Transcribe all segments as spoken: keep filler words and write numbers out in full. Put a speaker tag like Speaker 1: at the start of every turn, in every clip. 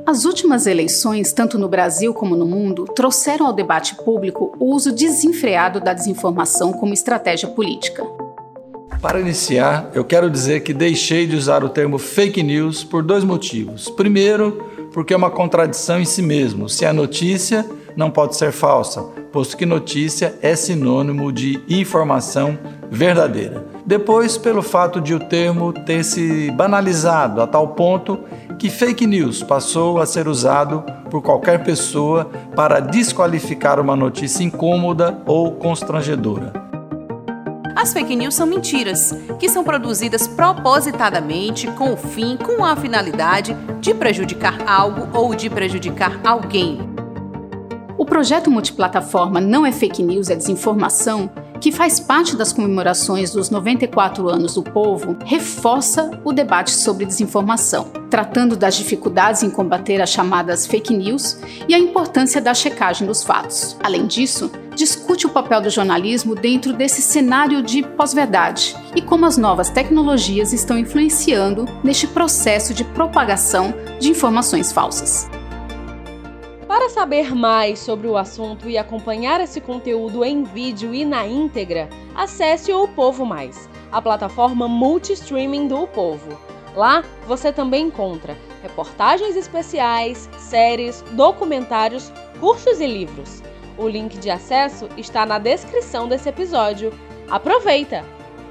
Speaker 1: As últimas eleições, tanto no Brasil como no mundo, trouxeram ao debate público o uso desenfreado da desinformação como estratégia política.
Speaker 2: Para iniciar, eu quero dizer que deixei de usar o termo fake news por dois motivos. Primeiro, porque é uma contradição em si mesmo. Se a notícia não pode ser falsa, posto que notícia é sinônimo de informação verdadeira. Depois, pelo fato de o termo ter se banalizado a tal ponto que fake news passou a ser usado por qualquer pessoa para desqualificar uma notícia incômoda ou constrangedora.
Speaker 3: As fake news são mentiras, que são produzidas propositadamente com o fim, com a finalidade de prejudicar algo ou de prejudicar alguém.
Speaker 1: O projeto multiplataforma Não é Fake News, é Desinformação, que faz parte das comemorações dos noventa e quatro anos do Povo, reforça o debate sobre desinformação, tratando das dificuldades em combater as chamadas fake news e a importância da checagem dos fatos. Além disso, discute o papel do jornalismo dentro desse cenário de pós-verdade e como as novas tecnologias estão influenciando neste processo de propagação de informações falsas.
Speaker 4: Para saber mais sobre o assunto e acompanhar esse conteúdo em vídeo e na íntegra, acesse o Povo Mais, a plataforma multi-streaming do Povo. Lá você também encontra reportagens especiais, séries, documentários, cursos e livros. O link de acesso está na descrição desse episódio. Aproveita!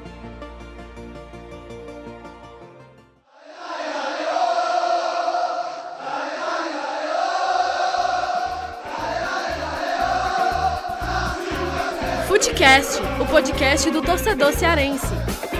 Speaker 4: Futecast, o podcast do torcedor cearense.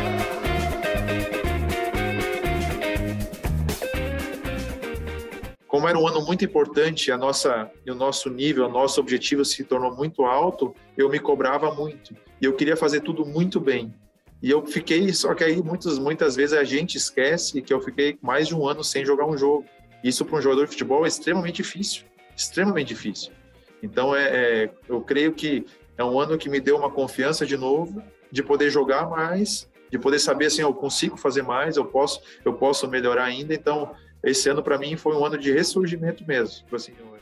Speaker 5: Como era um ano muito importante, a nossa, o nosso nível, o nosso objetivo se tornou muito alto, eu me cobrava muito. E eu queria fazer tudo muito bem. E eu fiquei, só que aí muitas, muitas vezes a gente esquece que eu fiquei mais de um ano sem jogar um jogo. Isso para um jogador de futebol é extremamente difícil, extremamente difícil. Então, é, é, eu creio que é um ano que me deu uma confiança de novo, de poder jogar mais, de poder saber assim, eu consigo fazer mais, eu posso, eu posso melhorar ainda. Então, esse ano para mim foi um ano de ressurgimento mesmo. Assim, eu...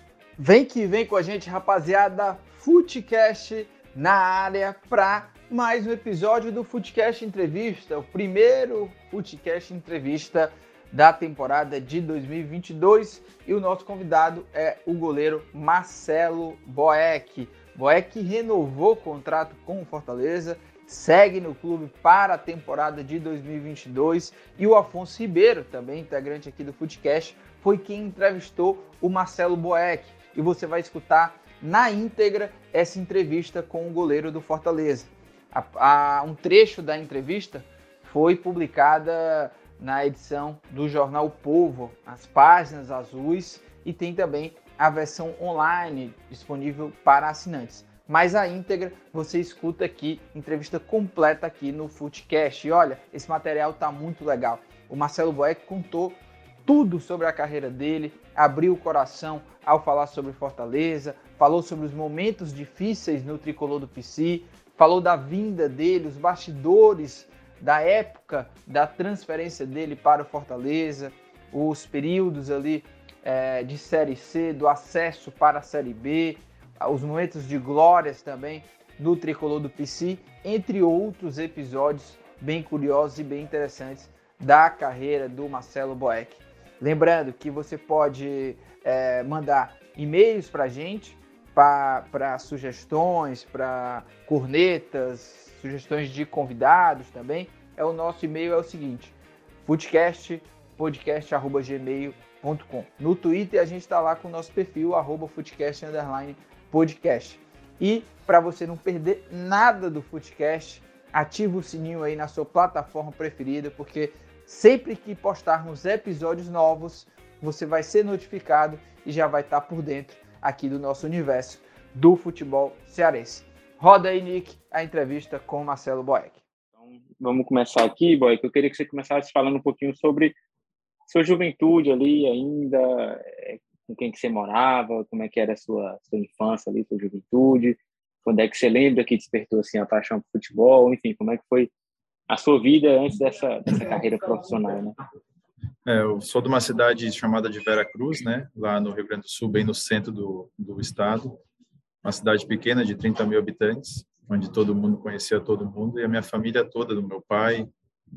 Speaker 6: Vem que vem com a gente, rapaziada. Futecast na área para mais um episódio do Futecast Entrevista, o primeiro Futecast Entrevista da temporada de dois mil e vinte e dois. E o nosso convidado é o goleiro Marcelo Boeck. Boeck renovou o contrato com o Fortaleza, segue no clube para a temporada de dois mil e vinte e dois. E o Afonso Ribeiro, também integrante aqui do Futecast, foi quem entrevistou o Marcelo Boeck. E você vai escutar na íntegra essa entrevista com o goleiro do Fortaleza. A, a, um trecho da entrevista foi publicada na edição do jornal O Povo, as páginas azuis, e tem também a versão online disponível para assinantes. Mas a íntegra você escuta aqui, entrevista completa aqui no Futecast. E olha, esse material tá muito legal. O Marcelo Boeck contou tudo sobre a carreira dele, abriu o coração ao falar sobre Fortaleza, falou sobre os momentos difíceis no tricolor do P C, falou da vinda dele, os bastidores da época da transferência dele para o Fortaleza, os períodos ali é, de Série C, do acesso para a Série B, os momentos de glórias também do tricolor do P C, entre outros episódios bem curiosos e bem interessantes da carreira do Marcelo Boeck. Lembrando que você pode é, mandar e-mails para a gente, para sugestões, para cornetas, sugestões de convidados também. É o nosso e-mail é o seguinte, futecast podcast arroba gmail ponto com. No Twitter a gente está lá com o nosso perfil, arroba futecast underline podcast. E para você não perder nada do Futecast, ativa o sininho aí na sua plataforma preferida, porque sempre que postarmos episódios novos, você vai ser notificado e já vai estar por dentro aqui do nosso universo do futebol cearense. Roda aí, Nick, a entrevista com o Marcelo Boeck.
Speaker 7: Então, vamos começar aqui, Boeck. Eu queria que você começasse falando um pouquinho sobre sua juventude ali ainda, é, com quem que você morava, como é que era a sua, sua infância ali, sua juventude, quando é que você lembra que despertou assim, a paixão por futebol, enfim, como é que foi a sua vida antes dessa, dessa carreira profissional, né?
Speaker 5: É, eu sou de uma cidade chamada de Vera Cruz, né? Lá no Rio Grande do Sul, bem no centro do, do estado. Uma cidade pequena de trinta mil habitantes, onde todo mundo conhecia todo mundo, e a minha família toda, do meu pai,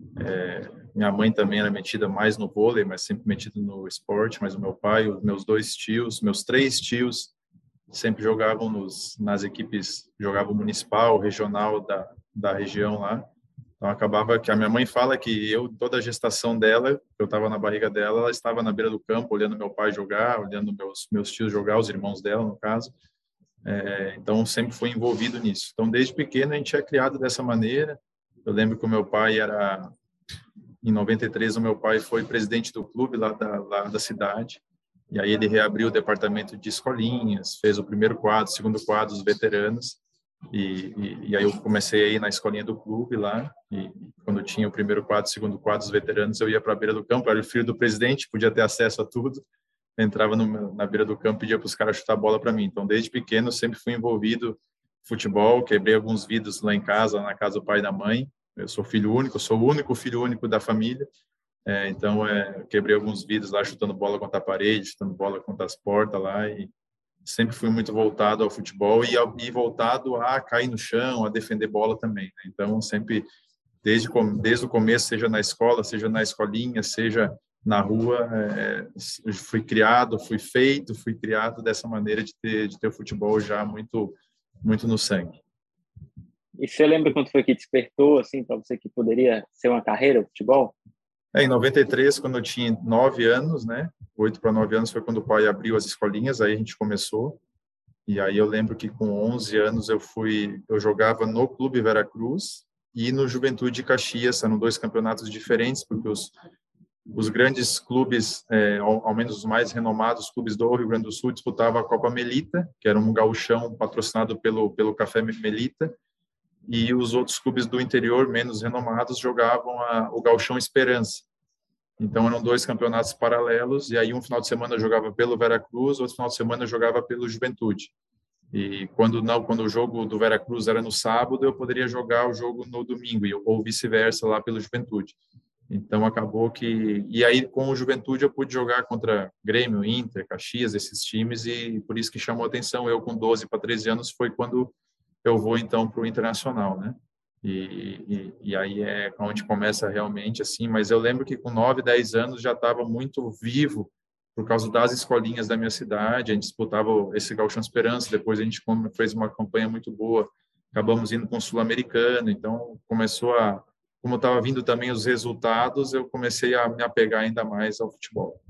Speaker 5: é, minha mãe também era metida mais no vôlei, mas sempre metida no esporte, mas o meu pai, os meus dois tios, meus três tios, sempre jogavam nos, nas equipes, jogavam municipal, regional da, da região lá. Então, acabava que a minha mãe fala que eu, toda a gestação dela, eu estava na barriga dela, ela estava na beira do campo, olhando meu pai jogar, olhando meus, meus tios jogar, os irmãos dela, no caso. É, então, sempre fui envolvido nisso. Então, desde pequeno, a gente é criado dessa maneira. Eu lembro que o meu pai era... Em noventa e três, o meu pai foi presidente do clube lá da, lá da cidade. E aí ele reabriu o departamento de escolinhas, fez o primeiro quadro, segundo quadro, os veteranos. E, e, e aí eu comecei a ir na escolinha do clube lá. E quando tinha o primeiro quadro, segundo quadro, os veteranos, eu ia para a beira do campo. Eu era o filho do presidente, podia ter acesso a tudo. Eu entrava no, na beira do campo e pedia para os caras chutar a bola para mim. Então, desde pequeno, eu sempre fui envolvido no futebol. Quebrei alguns vidros lá em casa, na casa do pai e da mãe. Eu sou filho único, sou o único filho único da família. É, então, é, quebrei alguns vidros lá, chutando bola contra a parede, chutando bola contra as portas lá. E sempre fui muito voltado ao futebol e, ao, e voltado a cair no chão, a defender bola também, né? Então, sempre, desde, desde o começo, seja na escola, seja na escolinha, seja na rua, é, fui criado, fui feito, fui criado dessa maneira de ter, de ter o futebol já muito, muito no sangue.
Speaker 7: E você lembra quando foi que despertou, assim, para você que poderia ser uma carreira, o futebol?
Speaker 5: É, em noventa e três, quando eu tinha nove anos, né? Oito para nove anos foi quando o pai abriu as escolinhas, aí a gente começou. E aí eu lembro que com onze anos eu fui, eu jogava no Clube Vera Cruz e no Juventude Caxias, eram dois campeonatos diferentes, porque os, os grandes clubes, é, ao, ao menos os mais renomados clubes do Rio Grande do Sul, disputavam a Copa Melita, que era um gauchão patrocinado pelo, pelo Café Melita, e os outros clubes do interior, menos renomados, jogavam a, o Gauchão Esperança. Então, eram dois campeonatos paralelos, e aí um final de semana eu jogava pelo Vera Cruz, outro final de semana eu jogava pelo Juventude. E quando não, quando o jogo do Vera Cruz era no sábado, eu poderia jogar o jogo no domingo, ou vice-versa lá pelo Juventude. Então, acabou que... E aí, com o Juventude, eu pude jogar contra Grêmio, Inter, Caxias, esses times, e por isso que chamou a atenção. Eu, com doze para treze anos, foi quando eu vou então para o internacional, né? E, e, e aí é onde começa realmente assim. Mas eu lembro que com nove, dez anos já estava muito vivo por causa das escolinhas da minha cidade. A gente disputava esse Gauchão Esperança. Depois a gente fez uma campanha muito boa. Acabamos indo com o Sul-Americano. Então começou a, como estava vindo também os resultados, eu comecei a me apegar ainda mais ao futebol.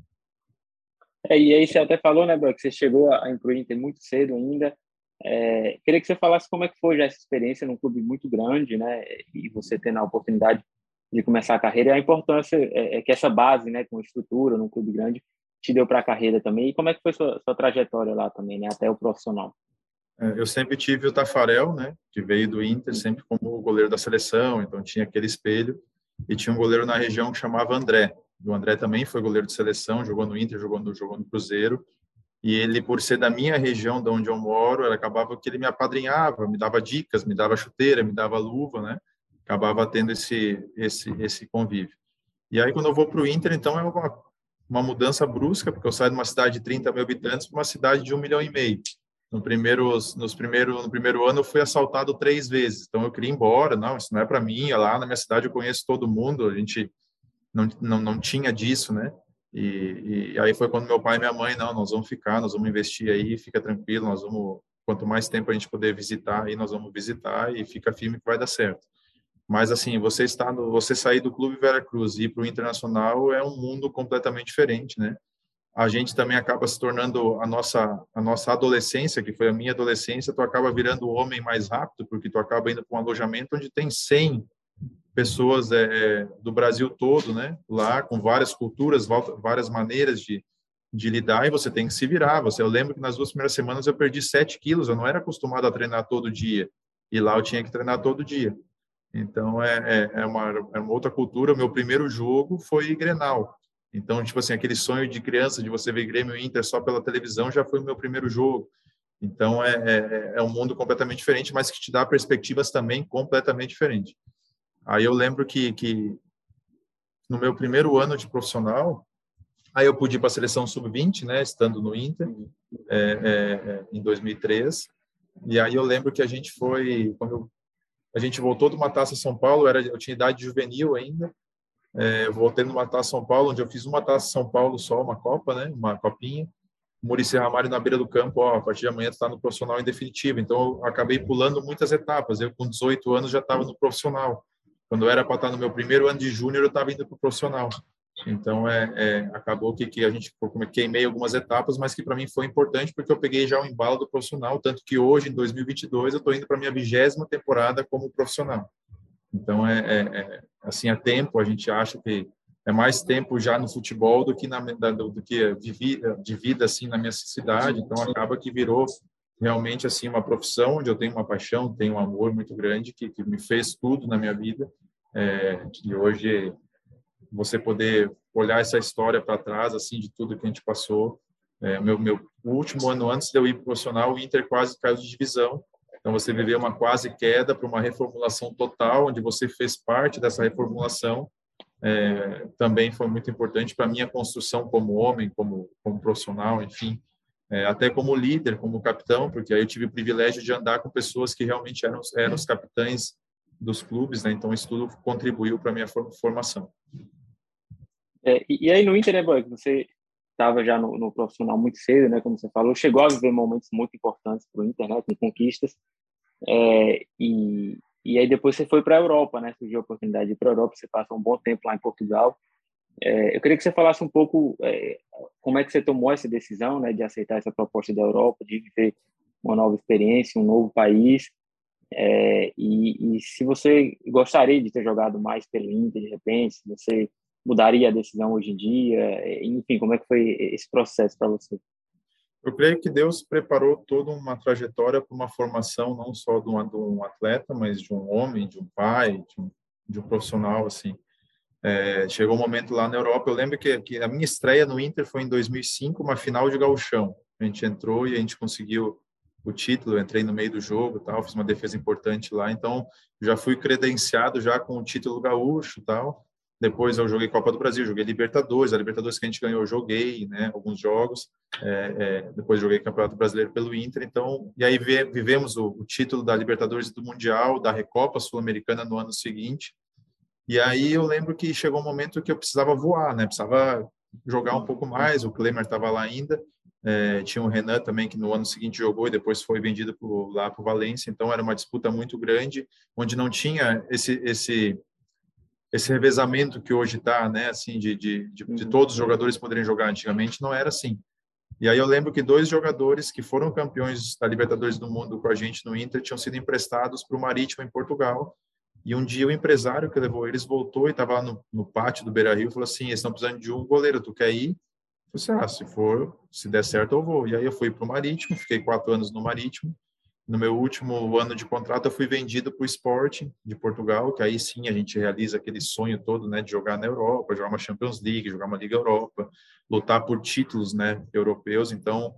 Speaker 7: É, e aí você até falou, né, Bro, que você chegou a ir para o Inter muito cedo ainda. É, queria que você falasse como é que foi já essa experiência num clube muito grande, né, e você tendo a oportunidade de começar a carreira, e a importância é, é que essa base, né, com estrutura num clube grande, te deu para a carreira também, e como é que foi sua, sua trajetória lá também, né, até o profissional?
Speaker 5: Eu sempre tive o Tafarel, né, que veio do Inter, sempre como goleiro da seleção, então tinha aquele espelho, e tinha um goleiro na região que chamava André. O André também foi goleiro de seleção, jogou no Inter, jogou no, jogou no Cruzeiro, e ele, por ser da minha região, de onde eu moro, ele acabava que ele me apadrinhava, me dava dicas, me dava chuteira, me dava luva, né? Acabava tendo esse, esse, esse convívio. E aí, quando eu vou para o Inter, então, é uma, uma mudança brusca, porque eu saio de uma cidade de trinta mil habitantes para uma cidade de um milhão e meio. No primeiro, nos primeiro, no primeiro ano, eu fui assaltado três vezes. Então, eu queria ir embora. Não, isso não é para mim. Lá na minha cidade eu conheço todo mundo. A gente não, não, não tinha disso, né? E, e aí foi quando meu pai e minha mãe, não, nós vamos ficar, nós vamos investir aí, fica tranquilo, nós vamos, quanto mais tempo a gente puder visitar, aí nós vamos visitar e fica firme que vai dar certo. Mas assim, você está no, você sair do Clube Vera Cruz e ir para o Internacional é um mundo completamente diferente, né? A gente também acaba se tornando a nossa a nossa adolescência, que foi a minha adolescência, tu acaba virando o homem mais rápido, porque tu acaba indo para um alojamento onde tem cem pessoas é, do Brasil todo, né? Lá com várias culturas, várias maneiras de, de lidar, e você tem que se virar. Você, eu lembro que nas duas primeiras semanas eu perdi sete quilos, eu não era acostumado a treinar todo dia, e lá eu tinha que treinar todo dia. Então, é, é, é, uma, é uma outra cultura. O meu primeiro jogo foi Grenal. Então, tipo assim, aquele sonho de criança de você ver Grêmio e Inter só pela televisão já foi o meu primeiro jogo. Então, é, é, é um mundo completamente diferente, mas que te dá perspectivas também completamente diferentes. Aí eu lembro que, que no meu primeiro ano de profissional, Aí eu pude ir para a seleção sub vinte, né, estando no Inter, é, é, em dois mil e três. E aí eu lembro que a gente foi, quando eu, a gente voltou de uma Taça São Paulo, era, eu tinha idade juvenil ainda, é, eu voltei numa Taça São Paulo, onde eu fiz uma Taça São Paulo só, uma Copa, né, uma copinha. O Muricy Ramalho na beira do campo, ó, a partir de amanhã tu está no profissional em definitivo. Então eu acabei pulando muitas etapas. Eu com dezoito anos já estava no profissional. Quando eu era para estar no meu primeiro ano de júnior, eu estava indo para o profissional. Então, é, é, acabou que, que a gente queimei algumas etapas, mas que para mim foi importante porque eu peguei já o embalo do profissional, tanto que hoje, em dois mil e vinte e dois, eu estou indo para a minha vigésima temporada como profissional. Então, é, é, é assim, é tempo, a gente acha que é mais tempo já no futebol do que, na, do, do que de, vida, de vida, assim, na minha cidade. Então, acaba que virou realmente, assim, uma profissão onde eu tenho uma paixão, tenho um amor muito grande que, que me fez tudo na minha vida. É, e hoje... você poder olhar essa história para trás, assim, de tudo que a gente passou. É, meu, meu último ano antes de eu ir para o profissional, o Inter quase caiu de divisão. Então, você viveu uma quase queda para uma reformulação total, onde você fez parte dessa reformulação. É, também foi muito importante para a minha construção como homem, como, como profissional, enfim, é, até como líder, como capitão, porque aí eu tive o privilégio de andar com pessoas que realmente eram, eram os capitães dos clubes, né? Então, isso tudo contribuiu para a minha formação.
Speaker 7: É, e, e aí no Inter, né, Boy, você estava já no, no profissional muito cedo, né, como você falou, chegou a viver momentos muito importantes para o Inter, né, com conquistas, é, e, e aí depois você foi para a Europa, né, surgiu a oportunidade de ir para a Europa, você passou um bom tempo lá em Portugal. É, eu queria que você falasse um pouco é, como é que você tomou essa decisão, né, de aceitar essa proposta da Europa, de viver uma nova experiência, um novo país, é, e, e se você gostaria de ter jogado mais pelo Inter, de repente, se você mudaria a decisão hoje em dia? Enfim, como é que foi esse processo para você?
Speaker 5: Eu creio que Deus preparou toda uma trajetória para uma formação não só de um, de um atleta, mas de um homem, de um pai, de um, de um profissional, assim. É, chegou um momento lá na Europa, eu lembro que, que a minha estreia no Inter foi em dois mil e cinco, uma final de gauchão. A gente entrou e a gente conseguiu o título, eu entrei no meio do jogo, tal, fiz uma defesa importante lá, então já fui credenciado já com o título gaúcho, tal. Depois eu joguei Copa do Brasil, joguei Libertadores, a Libertadores que a gente ganhou eu joguei, né, alguns jogos, é, é, depois joguei Campeonato Brasileiro pelo Inter, então, e aí vivemos o, o título da Libertadores e do Mundial, da Recopa Sul-Americana no ano seguinte, e aí eu lembro que chegou um momento que eu precisava voar, né, precisava jogar um pouco mais, o Klemer estava lá ainda, é, tinha o Renan também que no ano seguinte jogou e depois foi vendido pro, lá para o Valência, então era uma disputa muito grande, onde não tinha esse... esse esse revezamento que hoje está, né, assim, de, de, de, de todos os jogadores poderem jogar, antigamente não era assim. E aí eu lembro que dois jogadores que foram campeões da Libertadores do Mundo com a gente no Inter tinham sido emprestados para o Marítimo em Portugal, e um dia o empresário que levou eles voltou e estava lá no, no pátio do Beira-Rio e falou assim, eles estão precisando de um goleiro, tu quer ir? Eu falei assim, ah, se for, se der certo eu vou. E aí eu fui para o Marítimo, fiquei quatro anos no Marítimo. No meu último ano de contrato, eu fui vendido para o Sporting de Portugal, que aí sim a gente realiza aquele sonho todo, né, de jogar na Europa, jogar uma Champions League, jogar uma Liga Europa, lutar por títulos, né, europeus. Então,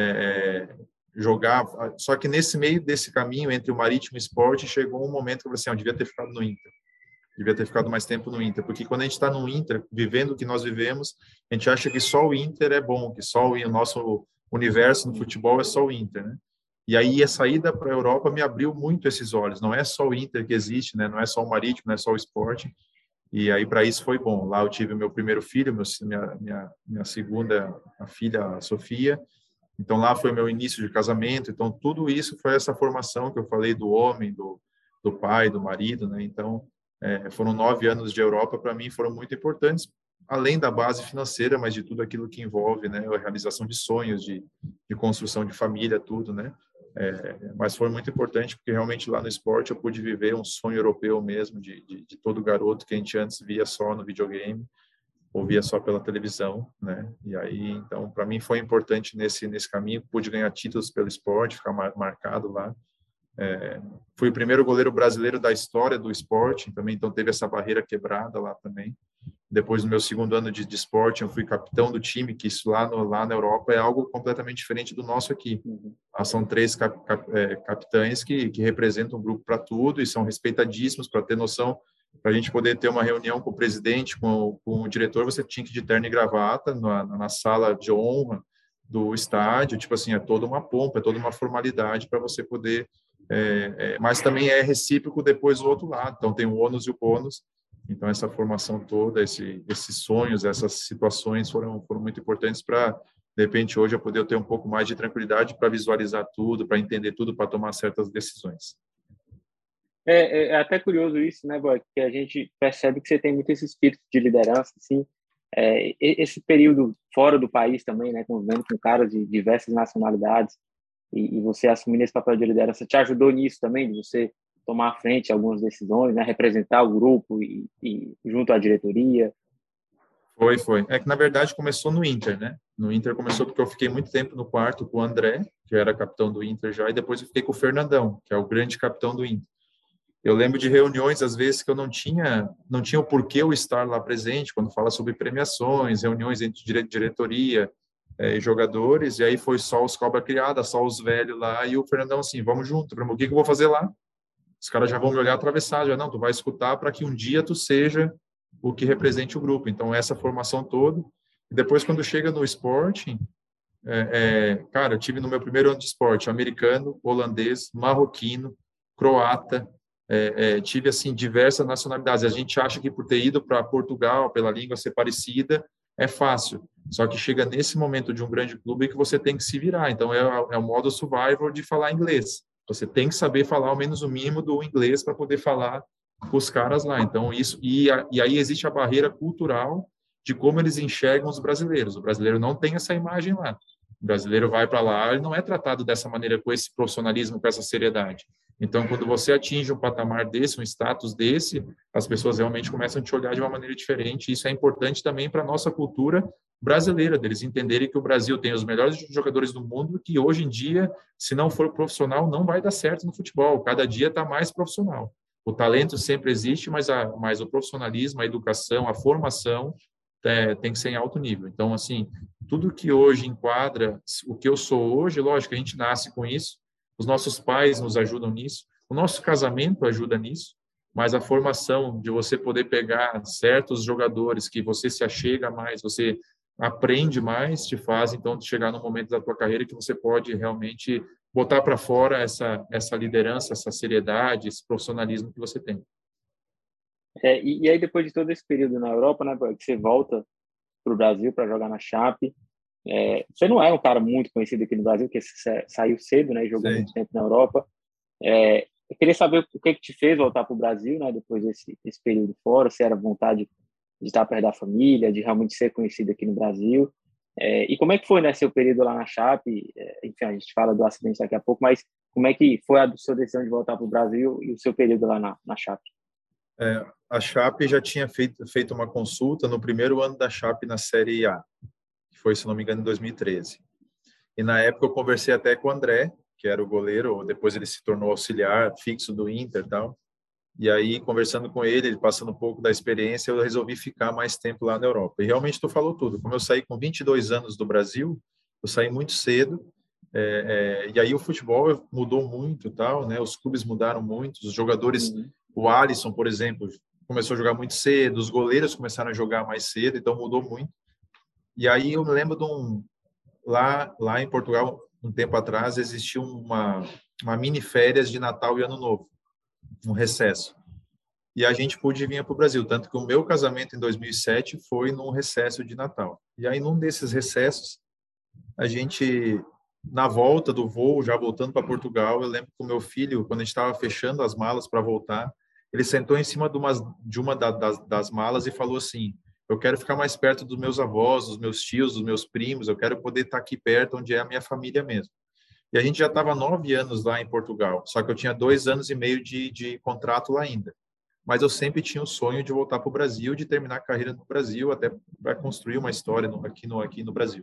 Speaker 5: é, jogar. Só que nesse meio desse caminho entre o Marítimo e o Sporting, chegou um momento que eu falei assim, eu devia ter ficado no Inter. Devia ter ficado mais tempo no Inter, porque quando a gente está no Inter, vivendo o que nós vivemos, a gente acha que só o Inter é bom, que só o nosso universo no futebol é só o Inter, né? E aí a saída para a Europa me abriu muito esses olhos. Não é só o Inter que existe, né? Não é só o Marítimo, não é só o Sporting. E aí para isso foi bom. Lá eu tive o meu primeiro filho, meu, minha, minha, minha segunda a filha, a Sofia. Então lá foi meu início de casamento. Então tudo isso foi essa formação que eu falei do homem, do, do pai, do marido, né? Então é, foram nove anos de Europa, para mim foram muito importantes, além da base financeira, mas de tudo aquilo que envolve, né? A realização de sonhos, de, de construção de família, tudo, né? É, mas foi muito importante porque realmente lá no esporte eu pude viver um sonho europeu mesmo, de, de, de todo garoto que a gente antes via só no videogame ou via só pela televisão, né? E aí, então, para mim foi importante nesse, nesse caminho, pude ganhar títulos pelo esporte, ficar mar, marcado lá. É, fui o primeiro goleiro brasileiro da história do esporte, também, então teve essa barreira quebrada lá também. Depois, no meu segundo ano de, de esporte, eu fui capitão do time, que isso lá, no, lá na Europa é algo completamente diferente do nosso aqui. Ah, são três cap, cap, é, capitães que, que representam o grupo para tudo e são respeitadíssimos, para ter noção. para a gente poder ter uma reunião com o presidente, com o, com o diretor, você tinha que ir de terno e gravata na, na sala de honra do estádio, tipo assim, é toda uma pompa, é toda uma formalidade para você poder, é, é, mas também é recíproco depois do outro lado, então tem o ônus e o bônus, então essa formação toda, esse, esses sonhos, essas situações foram, foram muito importantes para, de repente, hoje eu poder ter um pouco mais de tranquilidade para visualizar tudo, para entender tudo, para tomar certas decisões.
Speaker 7: É, é até curioso isso, né, Boy? Que a gente percebe que você tem muito esse espírito de liderança, assim. É, esse período fora do país também, né, convivendo com caras de diversas nacionalidades, e, e você assumindo esse papel de liderança, te ajudou nisso também, de você tomar à frente algumas decisões, né, representar o grupo e, e junto à diretoria?
Speaker 5: Foi, foi. É que, na verdade, começou no Inter, né? No Inter começou porque eu fiquei muito tempo no quarto com o André, que era capitão do Inter já, e depois eu fiquei com o Fernandão, que é o grande capitão do Inter. Eu lembro de reuniões, às vezes, que eu não tinha, não tinha o porquê eu estar lá presente, quando fala sobre premiações, reuniões entre dire diretoria e eh, jogadores, e aí foi só os cobra criada, só os velhos lá, e o Fernandão assim, vamos junto, o que, que eu vou fazer lá? Os caras já vão me olhar atravessar, já não, tu vai escutar para que um dia tu seja o que represente o grupo. Então, essa formação toda. E depois, quando chega no Sporting, é, é, cara, eu tive no meu primeiro ano de esporte americano, holandês, marroquino, croata, É, é, tive, assim, diversas nacionalidades. A gente acha que por ter ido para Portugal, pela língua ser parecida, é fácil. Só que chega nesse momento de um grande clube que você tem que se virar. Então, é, é o modo survival de falar inglês. Você tem que saber falar ao menos o mínimo do inglês para poder falar com os caras lá. Então, isso... E, a, e aí existe a barreira cultural de como eles enxergam os brasileiros. O brasileiro não tem essa imagem lá. O brasileiro vai para lá, ele não é tratado dessa maneira, com esse profissionalismo, com essa seriedade. Então, quando você atinge um patamar desse, um status desse, as pessoas realmente começam a te olhar de uma maneira diferente. Isso é importante também para a nossa cultura brasileira, deles entenderem que o Brasil tem os melhores jogadores do mundo, que hoje em dia, se não for profissional, não vai dar certo no futebol. Cada dia está mais profissional. O talento sempre existe, mas, a, mas o profissionalismo, a educação, a formação é, tem que ser em alto nível. Então, assim, tudo que hoje enquadra o que eu sou hoje, lógico, a gente nasce com isso, os nossos pais nos ajudam nisso, o nosso casamento ajuda nisso, mas a formação de você poder pegar certos jogadores que você se achega mais, você aprende mais, te faz, então, chegar no momento da tua carreira que você pode realmente botar para fora essa, essa liderança, essa seriedade, esse profissionalismo que você tem.
Speaker 7: É, e, e aí, depois de todo esse período na Europa, né, que você volta para o Brasil para jogar na Chape, é, você não é um cara muito conhecido aqui no Brasil, porque você saiu cedo, né, e jogou Sim. muito tempo na Europa. É, eu queria saber o que, que te fez voltar para o Brasil, né, depois desse, desse período fora, se era vontade de estar perto da família, de realmente ser conhecido aqui no Brasil. É, e como é que foi, né, seu período lá na Chape? É, enfim, a gente fala do acidente daqui a pouco, mas como é que foi a sua decisão de voltar para o Brasil e o seu período lá na, na Chape?
Speaker 5: É, a Chape já tinha feito, feito uma consulta no primeiro ano da Chape na Série A, que foi, se não me engano, em dois mil e treze. E na época eu conversei até com o André, que era o goleiro, depois ele se tornou auxiliar fixo do Inter e tal. E aí, conversando com ele, ele passando um pouco da experiência, eu resolvi ficar mais tempo lá na Europa. E realmente tu falou tudo. Como eu saí com vinte e dois anos do Brasil, eu saí muito cedo, é, é, e aí o futebol mudou muito, tal, né? Os clubes mudaram muito, os jogadores, uhum. O Alisson, por exemplo, começou a jogar muito cedo, os goleiros começaram a jogar mais cedo, então mudou muito. E aí eu me lembro de um... Lá, lá em Portugal, um tempo atrás, existia uma, uma mini férias de Natal e Ano Novo, um recesso. E a gente pôde vir para o Brasil, tanto que o meu casamento em dois mil e sete foi num recesso de Natal. E aí, num desses recessos, a gente, na volta do voo, já voltando para Portugal, eu lembro que o meu filho, quando a gente estava fechando as malas para voltar, ele sentou em cima de uma, de uma da, das, das malas e falou assim: eu quero ficar mais perto dos meus avós, dos meus tios, dos meus primos, eu quero poder estar aqui perto, onde é a minha família mesmo. E a gente já estava nove anos lá em Portugal, só que eu tinha dois anos e meio de, de contrato lá ainda. Mas eu sempre tinha o sonho de voltar para o Brasil, de terminar a carreira no Brasil, até para construir uma história no, aqui, no, aqui no Brasil.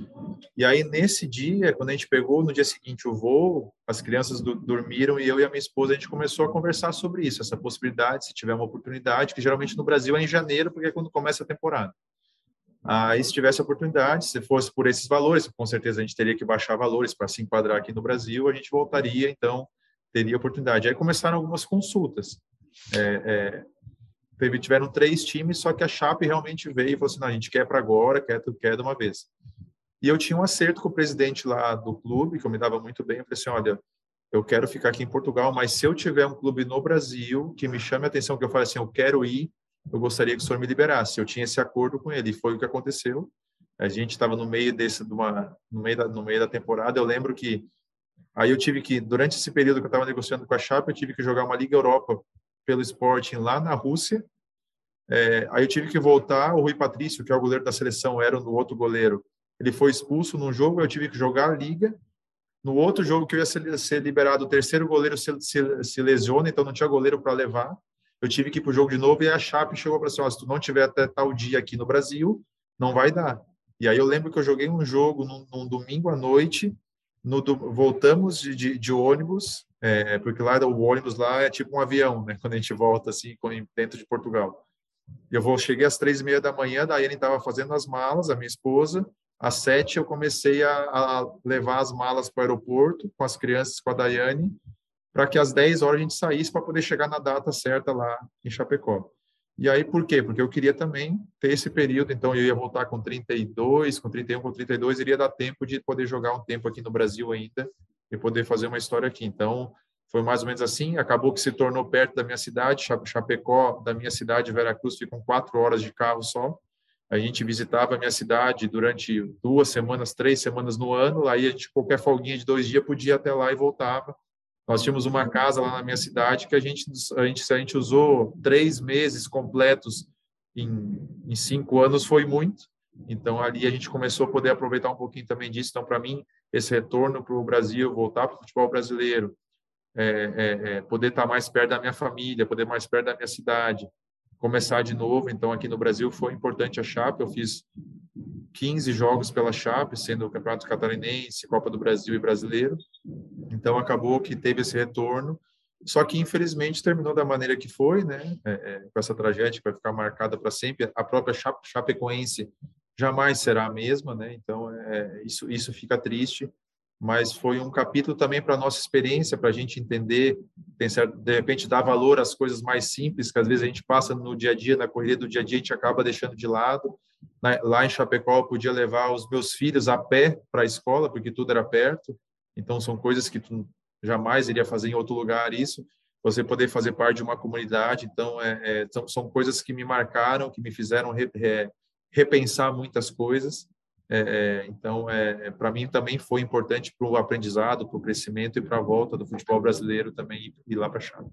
Speaker 5: E aí, nesse dia, quando a gente pegou, no dia seguinte, o voo, as crianças do, dormiram e eu e a minha esposa, a gente começou a conversar sobre isso, essa possibilidade, se tiver uma oportunidade, que geralmente no Brasil é em janeiro, porque é quando começa a temporada. Aí, se tivesse oportunidade, se fosse por esses valores, com certeza a gente teria que baixar valores para se enquadrar aqui no Brasil, a gente voltaria, então teria oportunidade. Aí começaram algumas consultas. É, é, teve, tiveram três times, só que a Chape realmente veio e falou assim, não, a gente quer para agora, quer, quer de uma vez. E eu tinha um acerto com o presidente lá do clube, que eu me dava muito bem, eu falei assim, olha, eu quero ficar aqui em Portugal, mas se eu tiver um clube no Brasil que me chame a atenção, que eu fale assim, eu quero ir, eu gostaria que o senhor me liberasse. Eu tinha esse acordo com ele, e foi o que aconteceu. A gente estava no meio desse, de uma, no meio da, no meio da temporada. Eu lembro que aí eu tive que, durante esse período que eu estava negociando com a Chape, eu tive que jogar uma Liga Europa pelo Sporting lá na Rússia. É, aí eu tive que voltar. O Rui Patrício, que é o goleiro da seleção, era o outro goleiro. Ele foi expulso num jogo, eu tive que jogar a Liga. No outro jogo que eu ia ser, ser liberado, o terceiro goleiro se, se, se lesiona, então não tinha goleiro para levar. Eu tive que ir para o jogo de novo e a Chape chegou para assim, ó, se tu não tiver até tal dia aqui no Brasil, não vai dar. E aí eu lembro que eu joguei um jogo num, num domingo à noite, no, do, voltamos de, de, de ônibus, é, porque lá o ônibus lá é tipo um avião, né? Quando a gente volta assim, dentro de Portugal. Eu vou, cheguei às três e meia da manhã, daí ele estava fazendo as malas, a minha esposa. Às sete eu comecei a, a levar as malas para o aeroporto com as crianças, com a Daiane, para que às dez horas a gente saísse para poder chegar na data certa lá em Chapecó. E aí, por quê? Porque eu queria também ter esse período, então eu ia voltar com trinta e dois, com trinta e um, com trinta e dois, iria dar tempo de poder jogar um tempo aqui no Brasil ainda e poder fazer uma história aqui. Então, foi mais ou menos assim, acabou que se tornou perto da minha cidade, Chapecó, da minha cidade, Veracruz, ficam quatro horas de carro só. A gente visitava a minha cidade durante duas semanas, três semanas no ano, aí a gente, qualquer folguinha de dois dias, podia ir até lá e voltava. Nós tínhamos uma casa lá na minha cidade que a gente, a gente, se a gente usou três meses completos em, em cinco anos, foi muito. Então, ali a gente começou a poder aproveitar um pouquinho também disso. Então, para mim, esse retorno para o Brasil, voltar para o futebol brasileiro, é, é, é, poder estar mais perto da minha família, poder mais perto da minha cidade, começar de novo. Então, aqui no Brasil foi importante a Chape. Eu fiz quinze jogos pela Chape, sendo o Campeonato Catarinense, Copa do Brasil e Brasileiro. Então, acabou que teve esse retorno. Só que, infelizmente, terminou da maneira que foi, né? É, é, com essa tragédia que vai ficar marcada para sempre. A própria Chape, Chapecoense jamais será a mesma, né? Então, é, isso, isso fica triste. Mas foi um capítulo também para a nossa experiência, para a gente entender, tem certo, de repente, dar valor às coisas mais simples, que às vezes a gente passa no dia a dia, na correria do dia a dia, a gente acaba deixando de lado. Lá em Chapecó, eu podia levar os meus filhos a pé para a escola, porque tudo era perto. Então, são coisas que tu jamais iria fazer em outro lugar, isso. Você poder fazer parte de uma comunidade. Então, é, é, são, são coisas que me marcaram, que me fizeram re, re, repensar muitas coisas. É, é, então, é, para mim também foi importante para o aprendizado, para o crescimento e para a volta do futebol brasileiro também ir lá para a Chape.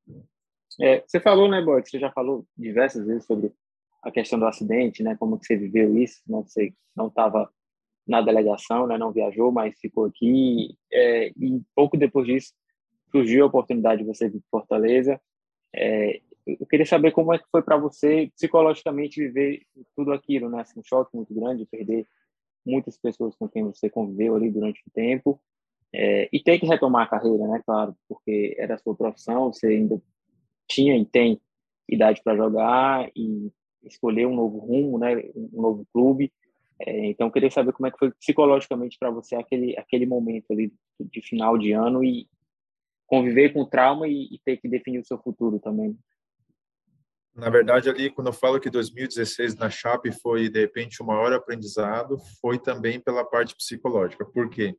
Speaker 7: É, você falou, né, Boy, você já falou diversas vezes sobre a questão do acidente, né, como que você viveu isso, né, você não estava na delegação, né, não viajou, mas ficou aqui, é, e pouco depois disso surgiu a oportunidade de você vir para Fortaleza. É, eu queria saber como é que foi para você psicologicamente viver tudo aquilo, né, assim, um choque muito grande, perder muitas pessoas com quem você conviveu ali durante o tempo, é, e ter que retomar a carreira, né, claro, porque era a sua profissão, você ainda tinha e tem idade para jogar e escolher um novo rumo, né, um novo clube. É, então, eu queria saber como é que foi psicologicamente para você aquele, aquele momento ali de final de ano e conviver com o trauma e, e ter que definir o seu futuro também.
Speaker 5: Na verdade, ali, quando eu falo que dois mil e dezesseis na Chape foi, de repente, o maior aprendizado, foi também pela parte psicológica. Por quê?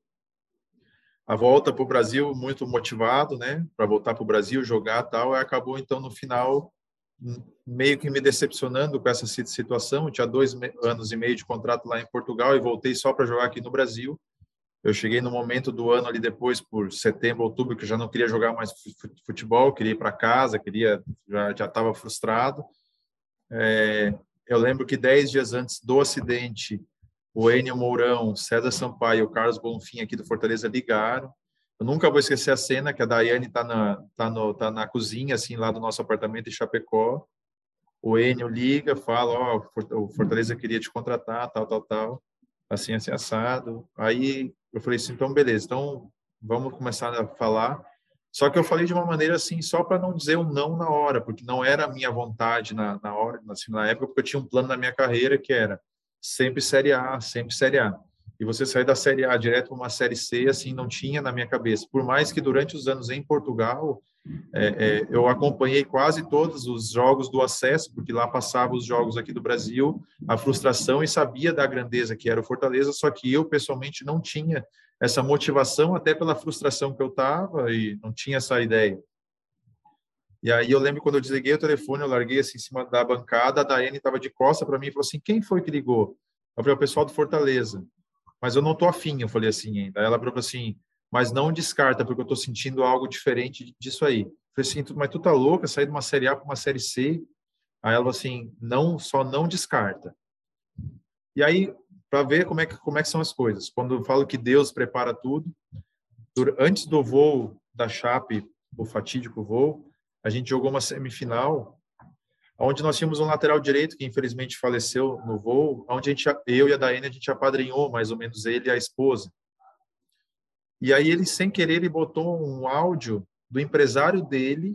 Speaker 5: A volta para o Brasil, muito motivado, né? Para voltar para o Brasil, jogar e tal, e acabou, então, no final, meio que me decepcionando com essa situação. Eu tinha dois anos e meio de contrato lá em Portugal e voltei só para jogar aqui no Brasil. Eu cheguei no momento do ano ali depois, por setembro, outubro, que eu já não queria jogar mais futebol, queria ir para casa, queria, já já estava frustrado. É, eu lembro que dez dias antes do acidente, o Enio Mourão, César Sampaio e o Carlos Bonfim aqui do Fortaleza ligaram. Eu nunca vou esquecer a cena que a Daiane está na, tá no, tá na cozinha, assim, lá do nosso apartamento em Chapecó. O Enio liga, fala, ó, oh, o Fortaleza queria te contratar, tal, tal, tal, assim, assim, assado. Aí eu falei assim, então, beleza, então vamos começar a falar. Só que eu falei de uma maneira assim, só para não dizer um não na hora, porque não era a minha vontade na, na hora, assim, na época, porque eu tinha um plano na minha carreira que era sempre Série A, sempre Série A. E você sair da Série A direto para uma Série C, assim, não tinha na minha cabeça. Por mais que durante os anos em Portugal, é, é, eu acompanhei quase todos os jogos do acesso, porque lá passava os jogos aqui do Brasil, a frustração, e sabia da grandeza que era o Fortaleza, só que eu, pessoalmente, não tinha essa motivação, até pela frustração que eu estava, e não tinha essa ideia. E aí eu lembro quando eu desliguei o telefone, eu larguei assim em cima da bancada, a Daiane estava de costa para mim e falou assim, quem foi que ligou? Eu falei, o pessoal do Fortaleza. Mas eu não tô afim, eu falei assim ainda. Aí ela falou assim, mas não descarta, porque eu tô sentindo algo diferente disso aí. Eu falei assim, mas tu tá louca, sair de uma Série A para uma Série C? Aí ela falou assim, não, só não descarta. E aí, para ver como é, que, como é que são as coisas, quando eu falo que Deus prepara tudo, antes do voo da Chape, o fatídico voo, a gente jogou uma semifinal, onde nós tínhamos um lateral direito que infelizmente faleceu no voo, onde a gente, eu e a Daiane, a gente apadrinhou mais ou menos ele e a esposa. E aí ele, sem querer, ele botou um áudio do empresário dele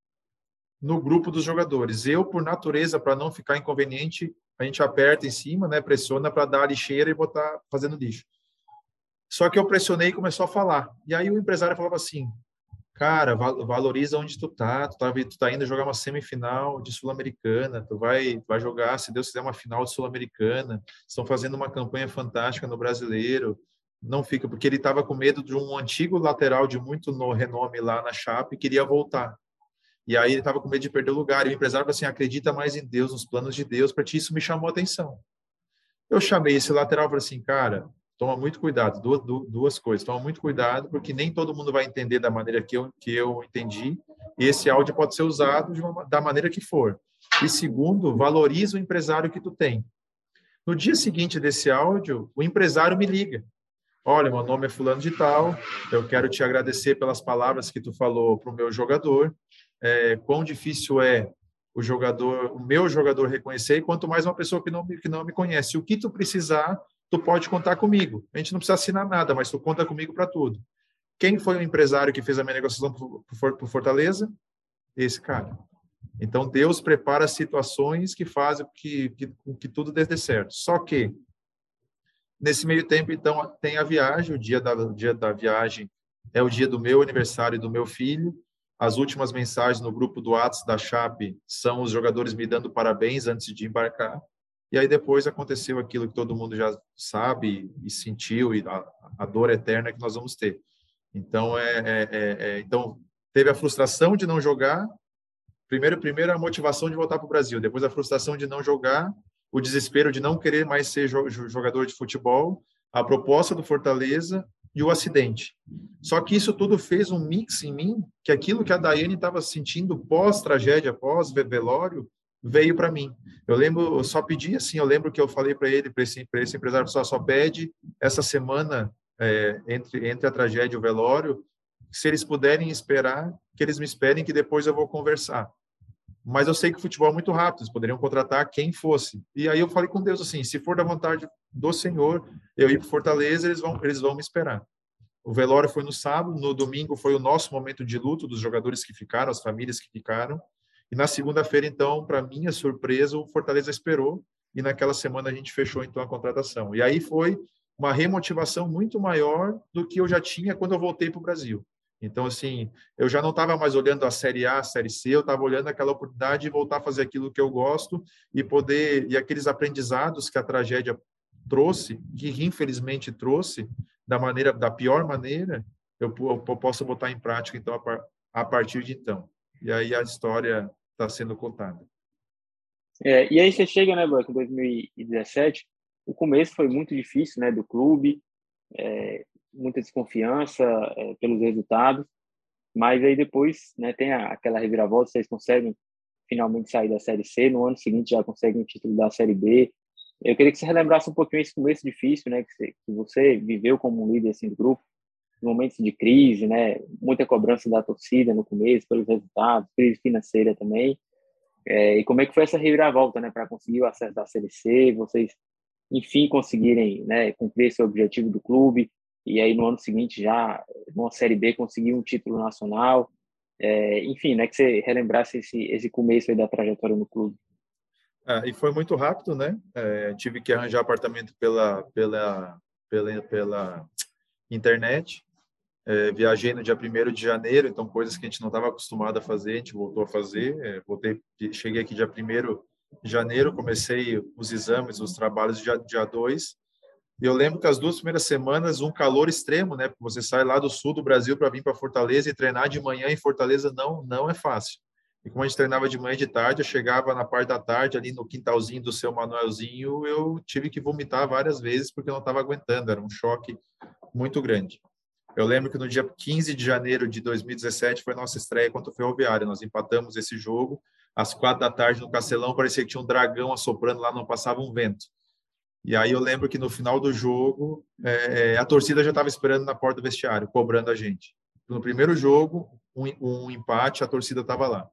Speaker 5: no grupo dos jogadores. Eu, por natureza, para não ficar inconveniente, a gente aperta em cima, né, pressiona para dar a lixeira e botar fazendo lixo. Só que eu pressionei e começou a falar. E aí o empresário falava assim, cara, valoriza onde tu tá, tu tá, tu tá indo jogar uma semifinal de Sul-Americana, tu vai, vai jogar, se Deus quiser, uma final de Sul-Americana, estão fazendo uma campanha fantástica no Brasileiro, não fica, porque ele estava com medo de um antigo lateral de muito no renome lá na Chape e queria voltar. E aí ele estava com medo de perder o lugar, e o empresário falou assim, acredita mais em Deus, nos planos de Deus, para ti isso me chamou a atenção. Eu chamei esse lateral e falei assim, cara, toma muito cuidado, duas, duas coisas, toma muito cuidado, porque nem todo mundo vai entender da maneira que eu, que eu entendi, e esse áudio pode ser usado de uma, da maneira que for. E segundo, valoriza o empresário que tu tem. No dia seguinte desse áudio, o empresário me liga. Olha, meu nome é fulano de tal, eu quero te agradecer pelas palavras que tu falou para o meu jogador, é, quão difícil é o jogador, o meu jogador reconhecer, e quanto mais uma pessoa que não, que não me conhece. O que tu precisar, tu pode contar comigo. A gente não precisa assinar nada, mas tu conta comigo para tudo. Quem foi o empresário que fez a minha negociação para o Fortaleza? Esse cara. Então, Deus prepara situações que fazem que, que, que tudo dê certo. Só que, nesse meio tempo, então, tem a viagem. O dia da, o dia da viagem é o dia do meu aniversário e do meu filho. As últimas mensagens no grupo do WhatsApp da Chape são os jogadores me dando parabéns antes de embarcar. E aí depois aconteceu aquilo que todo mundo já sabe e sentiu, e a, a dor eterna que nós vamos ter. Então, é, é, é, então, teve a frustração de não jogar, primeiro, primeiro a motivação de voltar para o Brasil, depois a frustração de não jogar, o desespero de não querer mais ser jogador de futebol, a proposta do Fortaleza e o acidente. Só que isso tudo fez um mix em mim, que aquilo que a Daiane estava sentindo pós-tragédia, pós-velório, veio para mim. Eu lembro, eu só pedi assim, eu lembro que eu falei para ele, para esse, esse empresário, só, só pede essa semana, é, entre, entre a tragédia e o velório, se eles puderem esperar, que eles me esperem, que depois eu vou conversar. Mas eu sei que o futebol é muito rápido, eles poderiam contratar quem fosse. E aí eu falei com Deus assim, se for da vontade do Senhor, eu ir para Fortaleza, eles vão, eles vão me esperar. O velório foi no sábado, no domingo foi o nosso momento de luto dos jogadores que ficaram, as famílias que ficaram. E na segunda-feira, então, para minha surpresa, o Fortaleza esperou, e naquela semana a gente fechou, então, a contratação. E aí foi uma remotivação muito maior do que eu já tinha quando eu voltei para o Brasil. Então, assim, eu já não estava mais olhando a Série A, a Série C, eu estava olhando aquela oportunidade de voltar a fazer aquilo que eu gosto e poder, e aqueles aprendizados que a tragédia trouxe, que infelizmente trouxe, da maneira, da pior maneira, eu, eu posso botar em prática, então, a, a partir de então. E aí a história está sendo contada.
Speaker 7: É, e aí você chega, né, Buck, em dois mil e dezessete, o começo foi muito difícil, né, do clube, é, muita desconfiança é, pelos resultados, mas aí depois, né, tem a, aquela reviravolta, vocês conseguem finalmente sair da Série C, no ano seguinte já conseguem o título da Série B. Eu queria que você relembrasse um pouquinho esse começo difícil, né, que você, que você viveu como um líder assim, do grupo, momentos de crise, né, muita cobrança da torcida no começo pelos resultados, crise financeira também, é, e como é que foi essa reviravolta, né, para conseguir o acesso da Série C, vocês, enfim, conseguirem, né, cumprir esse objetivo do clube, e aí no ano seguinte já, numa Série B, conseguir um título nacional, é, enfim, né, que você relembrasse esse, esse começo aí da trajetória no clube.
Speaker 5: Ah, e foi muito rápido, né? É, tive que arranjar apartamento pela, pela, pela, pela internet. É, viajei no dia primeiro de janeiro, então coisas que a gente não estava acostumado a fazer, a gente voltou a fazer. É, voltei, cheguei aqui dia primeiro de janeiro, comecei os exames, os trabalhos dia, dia dois. E eu lembro que as duas primeiras semanas, um calor extremo, né? Porque você sai lá do sul do Brasil para vir para Fortaleza e treinar de manhã em Fortaleza não, não é fácil. E como a gente treinava de manhã e de tarde, eu chegava na parte da tarde, ali no quintalzinho do seu Manuelzinho, eu tive que vomitar várias vezes porque eu não estava aguentando, era um choque muito grande. Eu lembro que no dia quinze de janeiro de dois mil e dezessete foi nossa estreia contra o Ferroviário. Nós empatamos esse jogo às quatro da tarde no Castelão, parecia que tinha um dragão assoprando lá, não passava um vento. E aí eu lembro que no final do jogo, é, a torcida já estava esperando na porta do vestiário, cobrando a gente. No primeiro jogo, um, um empate, a torcida estava lá.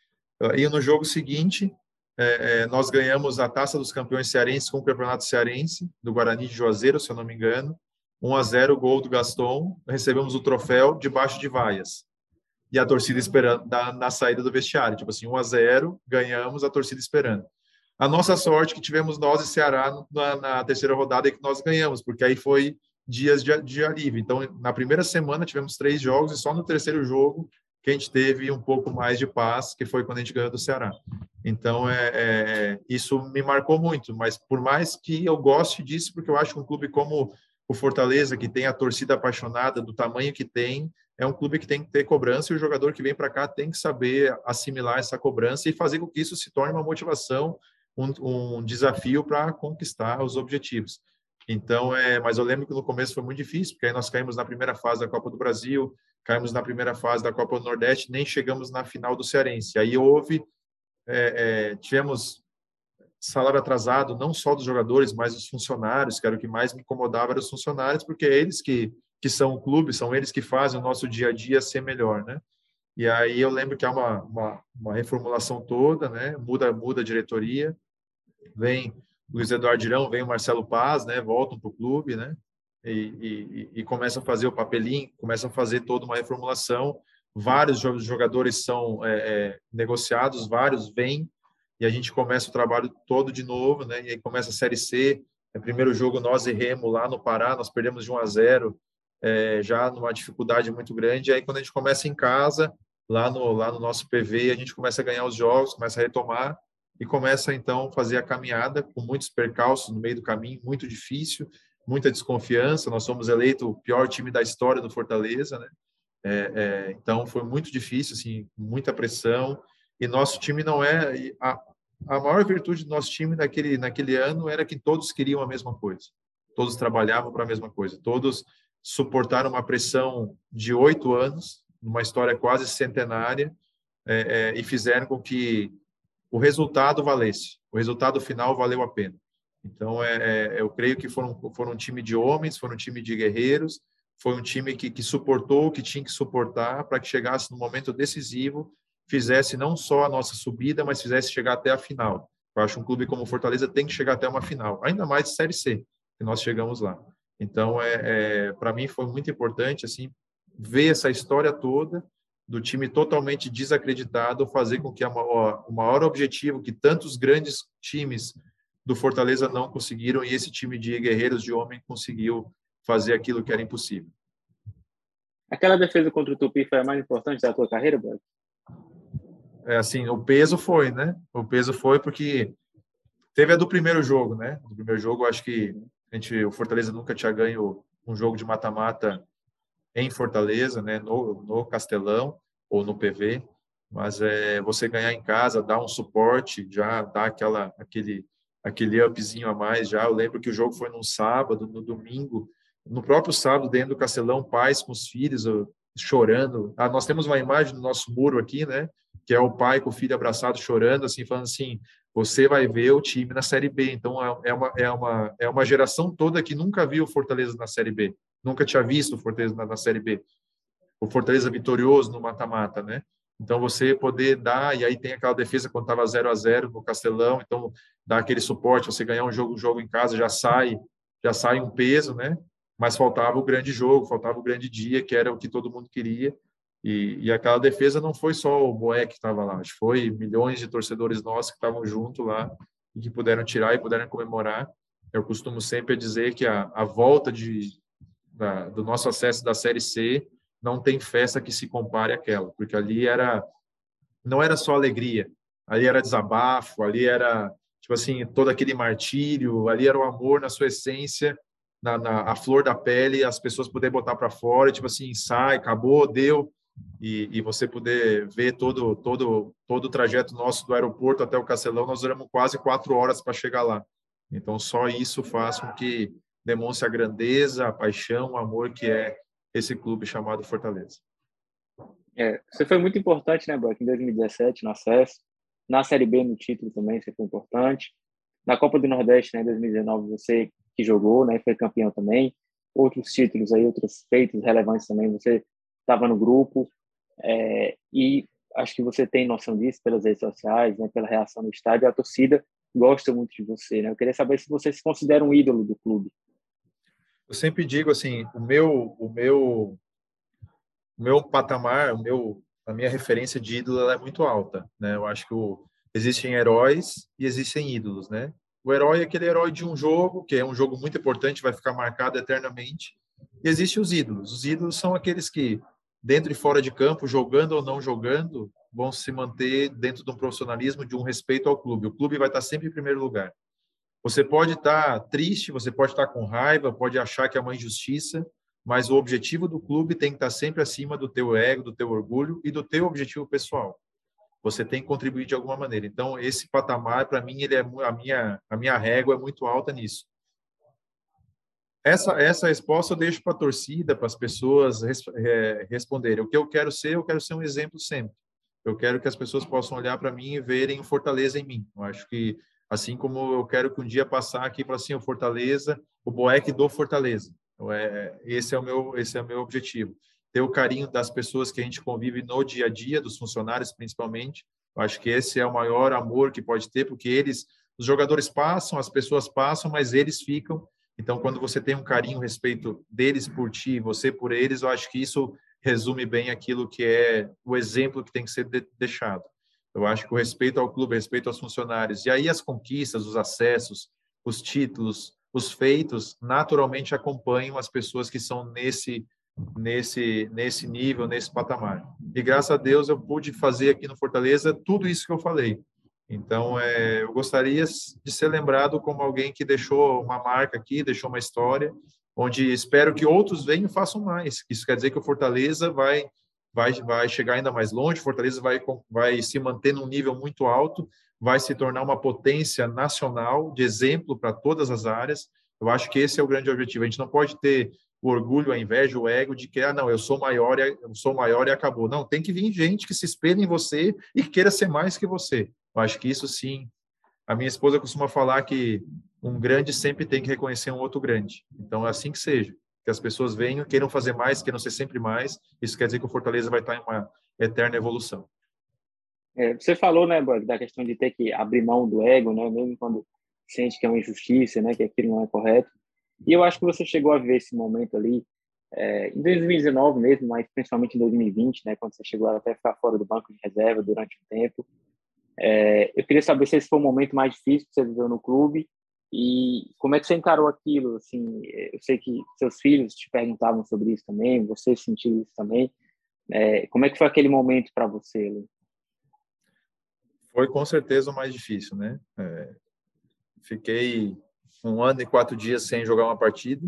Speaker 5: E no jogo seguinte, é, nós ganhamos a Taça dos Campeões Cearenses com o Campeonato Cearense, do Guarani de Juazeiro, se eu não me engano. um a zero, gol do Gaston, recebemos o troféu debaixo de vaias. E a torcida esperando na, na saída do vestiário. Tipo assim, um a zero, ganhamos, a torcida esperando. A nossa sorte que tivemos nós e Ceará na, na terceira rodada e que nós ganhamos, porque aí foi dias de, de alívio. Então, na primeira semana tivemos três jogos e só no terceiro jogo que a gente teve um pouco mais de paz, que foi quando a gente ganhou do Ceará. Então, é, é, isso me marcou muito, mas por mais que eu goste disso, porque eu acho que um clube como o Fortaleza, que tem a torcida apaixonada do tamanho que tem, é um clube que tem que ter cobrança e o jogador que vem para cá tem que saber assimilar essa cobrança e fazer com que isso se torne uma motivação, um, um desafio para conquistar os objetivos. Então, é, mas eu lembro que no começo foi muito difícil, porque aí nós caímos na primeira fase da Copa do Brasil, caímos na primeira fase da Copa do Nordeste, nem chegamos na final do Cearense. Aí houve, é, é, tivemos salário atrasado, não só dos jogadores, mas dos funcionários, que era o que mais me incomodava, eram os funcionários, porque é eles que, que são o clube, são eles que fazem o nosso dia a dia ser melhor, né? E aí eu lembro que há uma, uma, uma reformulação toda, né? Muda, muda a diretoria, vem Luiz Eduardo Irão, vem o Marcelo Paz, né? Voltam para o clube, né? E, e, e começam a fazer o papelinho, começam a fazer toda uma reformulação. Vários jogadores são é, é, negociados, vários vêm, e a gente começa o trabalho todo de novo, né? E aí começa a Série C. É, primeiro jogo nós e Remo lá no Pará, nós perdemos de um a zero, é, já numa dificuldade muito grande. E aí quando a gente começa em casa, lá no, lá no nosso P V, a gente começa a ganhar os jogos, começa a retomar e começa então a fazer a caminhada com muitos percalços no meio do caminho, muito difícil, muita desconfiança. Nós somos eleito o pior time da história do Fortaleza, né? É, é, então foi muito difícil, assim, muita pressão. E nosso time não é... A, a maior virtude do nosso time naquele, naquele ano era que todos queriam a mesma coisa. Todos trabalhavam para a mesma coisa. Todos suportaram uma pressão de oito anos, numa história quase centenária, é, é, e fizeram com que o resultado valesse. O resultado final valeu a pena. Então, é, é, eu creio que foram, foram um time de homens, foram um time de guerreiros, foi um time que, que suportou o que tinha que suportar para que chegasse no momento decisivo, fizesse não só a nossa subida, mas fizesse chegar até a final. Eu acho que um clube como o Fortaleza tem que chegar até uma final, ainda mais de Série C, que nós chegamos lá. Então, é, é, para mim foi muito importante assim, ver essa história toda do time totalmente desacreditado, fazer com que a maior, o maior objetivo que tantos grandes times do Fortaleza não conseguiram, e esse time de guerreiros de homem conseguiu fazer aquilo que era impossível.
Speaker 7: Aquela defesa contra o Tupi foi a mais importante da tua carreira, Boy?
Speaker 5: É assim, o peso foi, né? O peso foi porque teve a do primeiro jogo, né? Do primeiro jogo, acho que a gente, o Fortaleza nunca tinha ganho um jogo de mata-mata em Fortaleza, né? No, no Castelão ou no P V, mas é, você ganhar em casa, dar um suporte, já dá aquela, aquele, aquele upzinho a mais já. Eu lembro que o jogo foi num sábado, no domingo, no próprio sábado, dentro do Castelão, pais com os filhos chorando. Ah, nós temos uma imagem no nosso muro aqui, né? Que é o pai com o filho abraçado chorando, assim, falando assim, você vai ver o time na Série B. Então, é uma, é uma, é uma geração toda que nunca viu o Fortaleza na Série B, nunca tinha visto o Fortaleza na, na Série B. O Fortaleza vitorioso no mata-mata, né? Então, você poder dar, e aí tem aquela defesa quando estava zero a zero no Castelão, então, dá aquele suporte, você ganhar um jogo, um jogo em casa, já sai, já sai um peso, né? Mas faltava o grande jogo, faltava o grande dia, que era o que todo mundo queria. E, e aquela defesa não foi só o Boé que estava lá, acho que foi milhões de torcedores nossos que estavam junto lá e que puderam tirar e puderam comemorar. eu costumo sempre dizer que a, a volta de, da, do nosso acesso da Série C não tem festa que se compare àquela, porque ali era, não era só alegria, ali era desabafo, ali era, tipo assim, todo aquele martírio, ali era o amor na sua essência, na, na a flor da pele, as pessoas poderem botar para fora, tipo assim, sai, acabou, deu, e, e você poder ver todo, todo, todo o trajeto nosso do aeroporto até o Castelão, nós duramos quase quatro horas para chegar lá. Então, só isso faz com que demonstre a grandeza, a paixão, o amor que é esse clube chamado Fortaleza.
Speaker 7: É, você foi muito importante, né, Brock, em dois mil e dezessete, no acesso. Na Série B, no título também, você foi importante. Na Copa do Nordeste, né, em dois mil e dezenove, você que jogou, né, foi campeão também. Outros títulos aí, outros feitos relevantes também, você estava no grupo. É, e acho que você tem noção disso pelas redes sociais, né, pela reação no estádio. A torcida gosta muito de você, né? Eu queria saber se você se considera um ídolo do clube.
Speaker 5: Eu sempre digo assim, o meu, o meu, o meu patamar, o meu, a minha referência de ídolo ela é muito alta, né? Eu acho que o, existem heróis e existem ídolos, né? O herói é aquele herói de um jogo, que é um jogo muito importante, vai ficar marcado eternamente. E existem os ídolos. Os ídolos são aqueles que, dentro e fora de campo, jogando ou não jogando, vão se manter dentro de um profissionalismo, de um respeito ao clube. O clube vai estar sempre em primeiro lugar. Você pode estar triste, você pode estar com raiva, pode achar que é uma injustiça, mas o objetivo do clube tem que estar sempre acima do teu ego, do teu orgulho e do teu objetivo pessoal. Você tem que contribuir de alguma maneira. Então, esse patamar, para mim, ele é a minha a minha régua é muito alta nisso. Essa essa resposta eu deixo para a torcida, para as pessoas res, é, responderem. O que eu quero ser, eu quero ser um exemplo sempre. Eu quero que as pessoas possam olhar para mim e verem o Fortaleza em mim. Eu acho que, assim como eu quero que um dia passar aqui para assim, o Fortaleza, o Boeck do Fortaleza. Então, é, esse é o meu esse é o meu objetivo. Ter o carinho das pessoas que a gente convive no dia a dia, dos funcionários principalmente. Eu acho que esse é o maior amor que pode ter, porque eles, os jogadores passam, as pessoas passam, mas eles ficam. Então, quando você tem um carinho, um respeito deles por ti, você por eles, eu acho que isso resume bem aquilo que é o exemplo que tem que ser de, deixado. Eu acho que o respeito ao clube, o respeito aos funcionários, e aí as conquistas, os acessos, os títulos, os feitos, naturalmente acompanham as pessoas que são nesse nesse nesse nível, nesse patamar. E graças a Deus eu pude fazer aqui no Fortaleza tudo isso que eu falei. Então, é, eu gostaria de ser lembrado como alguém que deixou uma marca aqui, deixou uma história, onde espero que outros venham e façam mais. Isso quer dizer que o Fortaleza vai vai vai chegar ainda mais longe, o Fortaleza vai vai se manter num nível muito alto, vai se tornar uma potência nacional de exemplo para todas as áreas. Eu acho que esse é o grande objetivo. A gente não pode ter o orgulho, a inveja, o ego de que, ah, não, eu sou maior, eu sou maior e acabou. Não, tem que vir gente que se espelhe em você e que queira ser mais que você. Eu acho que isso sim. A minha esposa costuma falar que um grande sempre tem que reconhecer um outro grande. Então, é assim que seja. Que as pessoas venham, queiram fazer mais, queiram ser sempre mais. Isso quer dizer que o Fortaleza vai estar em uma eterna evolução.
Speaker 7: É, você falou, né, Brock, da questão de ter que abrir mão do ego, né, mesmo quando sente que é uma injustiça, né, que aquilo não é correto. E eu acho que você chegou a ver esse momento ali é, em dois mil e dezenove mesmo, mas principalmente em dois mil e vinte, né, quando você chegou até a ficar fora do banco de reserva durante um tempo. É, eu queria saber se esse foi o momento mais difícil que você viveu no clube e como é que você encarou aquilo. Assim, eu sei que seus filhos te perguntavam sobre isso também, você sentiu isso também. É, como é que foi aquele momento para você, Lu?
Speaker 5: Foi com certeza o mais difícil, né? É, fiquei um ano e quatro dias sem jogar uma partida.